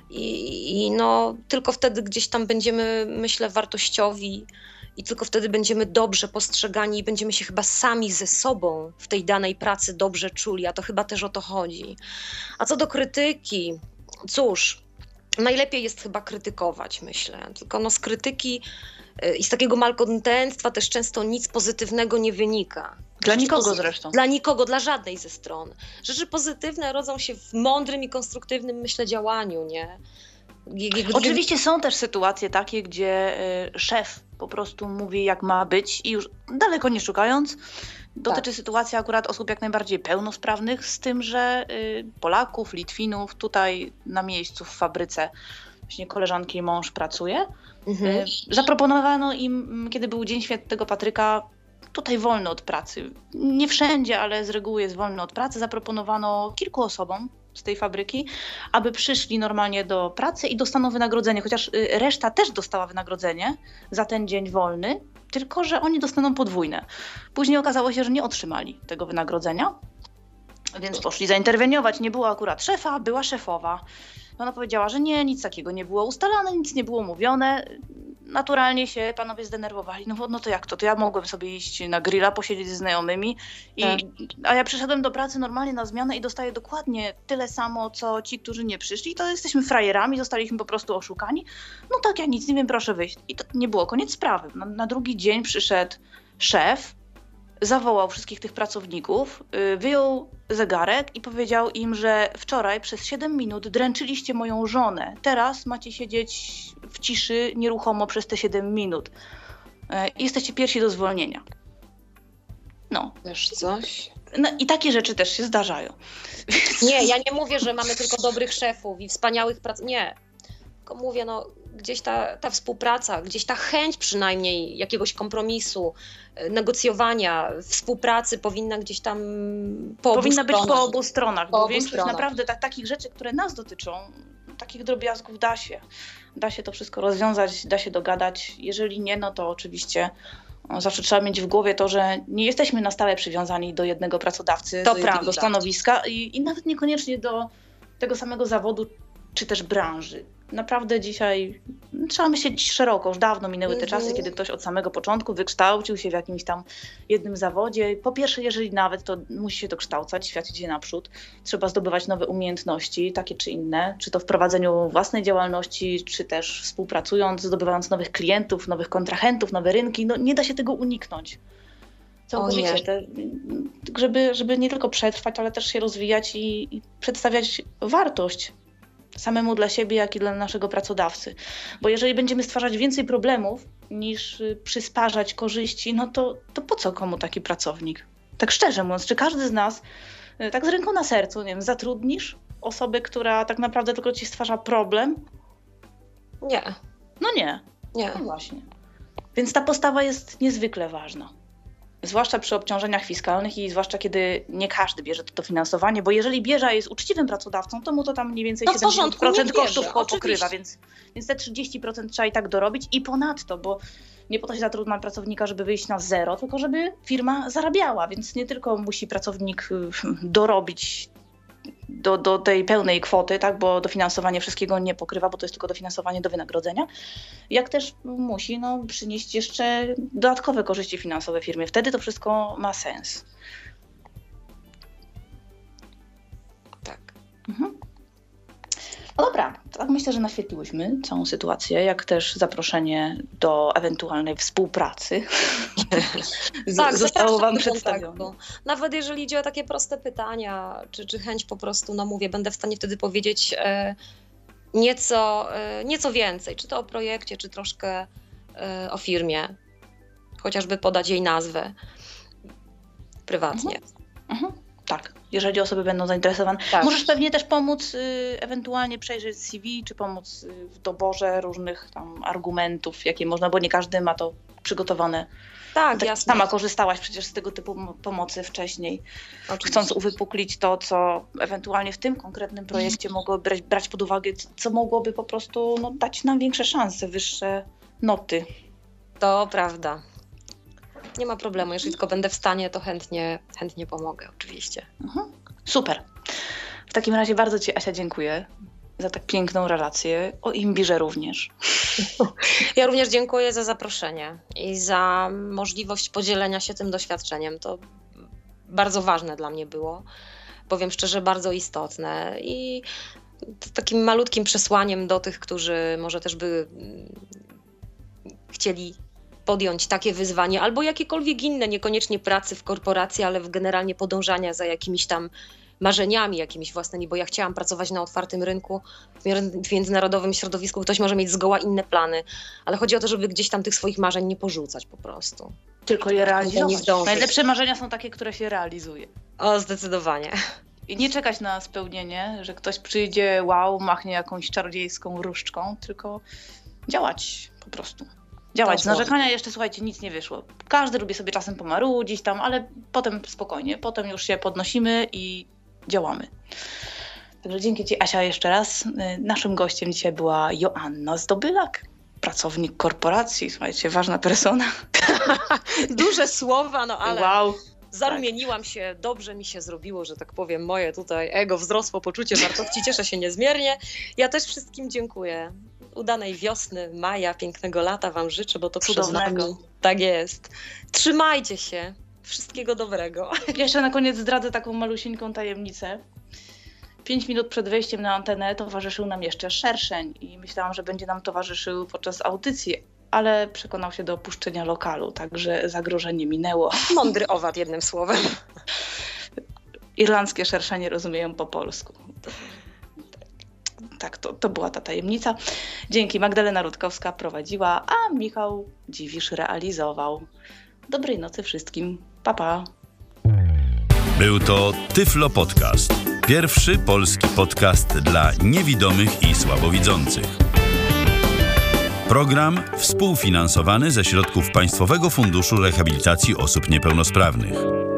I, i no, tylko wtedy gdzieś tam będziemy, myślę, wartościowi i tylko wtedy będziemy dobrze postrzegani i będziemy się chyba sami ze sobą w tej danej pracy dobrze czuli, a to chyba też o to chodzi. A co do krytyki, cóż, najlepiej jest chyba krytykować, myślę, tylko no z krytyki i z takiego malkontentstwa też często nic pozytywnego nie wynika. Dla nikogo zresztą. Dla nikogo, dla żadnej ze stron. Rzeczy pozytywne rodzą się w mądrym i konstruktywnym, myślę, działaniu, nie? Gdy... Oczywiście są też sytuacje takie, gdzie y, szef po prostu mówi, jak ma być i już daleko nie szukając, dotyczy tak. sytuacja akurat osób jak najbardziej pełnosprawnych, z tym, że y, Polaków, Litwinów tutaj na miejscu w fabryce właśnie koleżanki i mąż pracuje. Mhm. Zaproponowano im, kiedy był Dzień Świętego Patryka, tutaj wolny od pracy. Nie wszędzie, ale z reguły jest wolny od pracy. Zaproponowano kilku osobom z tej fabryki, aby przyszli normalnie do pracy i dostaną wynagrodzenie, chociaż reszta też dostała wynagrodzenie za ten dzień wolny, tylko że oni dostaną podwójne. Później okazało się, że nie otrzymali tego wynagrodzenia, więc poszli zainterweniować. Nie było akurat szefa, była szefowa. Ona powiedziała, że nie, nic takiego nie było ustalane, nic nie było mówione. Naturalnie się panowie zdenerwowali. No, no to jak to? To ja mogłem sobie iść na grilla, posiedzieć ze znajomymi. I, tak. A ja przyszedłem do pracy normalnie na zmianę i dostaję dokładnie tyle samo, co ci, którzy nie przyszli. To jesteśmy frajerami, zostaliśmy po prostu oszukani. No tak, ja nic nie wiem, proszę wyjść. I to nie było koniec sprawy. Na, na drugi dzień przyszedł szef, zawołał wszystkich tych pracowników, wyjął zegarek i powiedział im, że wczoraj przez siedem minut dręczyliście moją żonę. Teraz macie siedzieć w ciszy nieruchomo przez te siedem minut. Jesteście pierwsi do zwolnienia. No. Wiesz coś? No i takie rzeczy też się zdarzają. Nie, ja nie mówię, że mamy tylko dobrych szefów i wspaniałych pracowników. Nie. Tylko mówię, no gdzieś ta, ta współpraca, gdzieś ta chęć przynajmniej jakiegoś kompromisu, negocjowania, współpracy powinna gdzieś tam po Powinna obu być stronach. po obu stronach, po bo obu większość stronach. naprawdę ta, takich rzeczy, które nas dotyczą, takich drobiazgów da się. Da się to wszystko rozwiązać, da się dogadać. Jeżeli nie, no to oczywiście zawsze trzeba mieć w głowie to, że nie jesteśmy na stałe przywiązani do jednego pracodawcy, to do jednego prawda. stanowiska i, i nawet niekoniecznie do tego samego zawodu czy też branży. Naprawdę dzisiaj trzeba myśleć szeroko. Już dawno minęły te czasy, kiedy ktoś od samego początku wykształcił się w jakimś tam jednym zawodzie. Po pierwsze, jeżeli nawet, to musi się dokształcać, świat idzie naprzód. Trzeba zdobywać nowe umiejętności, takie czy inne, czy to w prowadzeniu własnej działalności, czy też współpracując, zdobywając nowych klientów, nowych kontrahentów, nowe rynki. No, nie da się tego uniknąć. Całkowicie. Te, żeby, żeby nie tylko przetrwać, ale też się rozwijać i, i przedstawiać wartość samemu dla siebie, jak i dla naszego pracodawcy. Bo jeżeli będziemy stwarzać więcej problemów niż przysparzać korzyści, no to, to po co komu taki pracownik? Tak szczerze mówiąc, czy każdy z nas, tak z ręką na sercu, nie wiem, zatrudnisz osobę, która tak naprawdę tylko ci stwarza problem? Nie. No nie. Nie. No właśnie. Więc ta postawa jest niezwykle ważna. Zwłaszcza przy obciążeniach fiskalnych i zwłaszcza kiedy nie każdy bierze to dofinansowanie, bo jeżeli bierze, a jest uczciwym pracodawcą, to mu to tam mniej więcej no siedemdziesiąt procent kosztów bierze, pokrywa, więc, więc te trzydzieści procent trzeba i tak dorobić i ponadto, bo nie po to się zatrudnia pracownika, żeby wyjść na zero, tylko żeby firma zarabiała, więc nie tylko musi pracownik dorobić do, do tej pełnej kwoty, tak, bo dofinansowanie wszystkiego nie pokrywa, bo to jest tylko dofinansowanie do wynagrodzenia, jak też musi no, przynieść jeszcze dodatkowe korzyści finansowe firmie. Wtedy to wszystko ma sens. Tak. Mhm. No dobra, tak myślę, że naświetliłyśmy całą sytuację, jak też zaproszenie do ewentualnej współpracy. Tak, zostało wam do przedstawione. kontaktu. Nawet jeżeli idzie o takie proste pytania, czy, czy chęć po prostu, no mówię, będę w stanie wtedy powiedzieć e, nieco, e, nieco więcej, czy to o projekcie, czy troszkę e, o firmie, chociażby podać jej nazwę prywatnie. Mhm. Mhm. Tak, jeżeli osoby będą zainteresowane. Tak. Możesz pewnie też pomóc y, ewentualnie przejrzeć C V, czy pomóc y, w doborze różnych tam argumentów, jakie można, bo nie każdy ma to przygotowane. Tak, tak jasne. sama korzystałaś przecież z tego typu pomocy wcześniej, Oczywiście. chcąc uwypuklić to, co ewentualnie w tym konkretnym projekcie mogłoby brać, brać pod uwagę, co mogłoby po prostu no, dać nam większe szanse, wyższe noty. To prawda. Nie ma problemu, jeżeli tylko będę w stanie, to chętnie, chętnie pomogę, oczywiście. Mhm. Super. W takim razie bardzo Ci, Asia, dziękuję za tak piękną relację, o imbirze również. Ja również dziękuję za zaproszenie i za możliwość podzielenia się tym doświadczeniem. To bardzo ważne dla mnie było, powiem szczerze, bardzo istotne i takim malutkim przesłaniem do tych, którzy może też by chcieli podjąć takie wyzwanie albo jakiekolwiek inne, niekoniecznie pracy w korporacji, ale w generalnie podążania za jakimiś tam marzeniami jakimiś własnymi, bo ja chciałam pracować na otwartym rynku, w międzynarodowym środowisku. Ktoś może mieć zgoła inne plany, ale chodzi o to, żeby gdzieś tam tych swoich marzeń nie porzucać po prostu. Tylko je realizować. zdążyć. Najlepsze marzenia są takie, które się realizuje. O, zdecydowanie. I nie czekać na spełnienie, że ktoś przyjdzie, wow, machnie jakąś czarodziejską różdżką, tylko działać po prostu. Działać. Z narzekania jeszcze, słuchajcie, nic nie wyszło. Każdy lubi sobie czasem pomarudzić tam, ale potem spokojnie, potem już się podnosimy i działamy. Także dzięki Ci, Asia, jeszcze raz. Naszym gościem dzisiaj była Joanna Zdobylak, pracownik korporacji, słuchajcie, ważna persona. Duże słowa, no ale wow. Zarumieniłam się, dobrze mi się zrobiło, że tak powiem, moje tutaj ego wzrosło, poczucie wartości, cieszę się niezmiernie. Ja też wszystkim dziękuję. Udanej wiosny, maja, pięknego lata Wam życzę, bo to cudownego. Przed nami. Tak jest. Trzymajcie się. Wszystkiego dobrego. Jeszcze na koniec zdradzę taką malusieńką tajemnicę. Pięć minut przed wejściem na antenę towarzyszył nam jeszcze szerszeń i myślałam, że będzie nam towarzyszył podczas audycji, ale przekonał się do opuszczenia lokalu, także zagrożenie minęło. Mądry owad, jednym słowem. Irlandzkie szerszenie rozumieją po polsku. Tak, to, to była ta tajemnica. Dzięki. Magdalena Rutkowska prowadziła, a Michał Dziwisz realizował. Dobrej nocy wszystkim. Pa, pa. Był to Tyflo Podcast. Pierwszy polski podcast dla niewidomych i słabowidzących. Program współfinansowany ze środków Państwowego Funduszu Rehabilitacji Osób Niepełnosprawnych.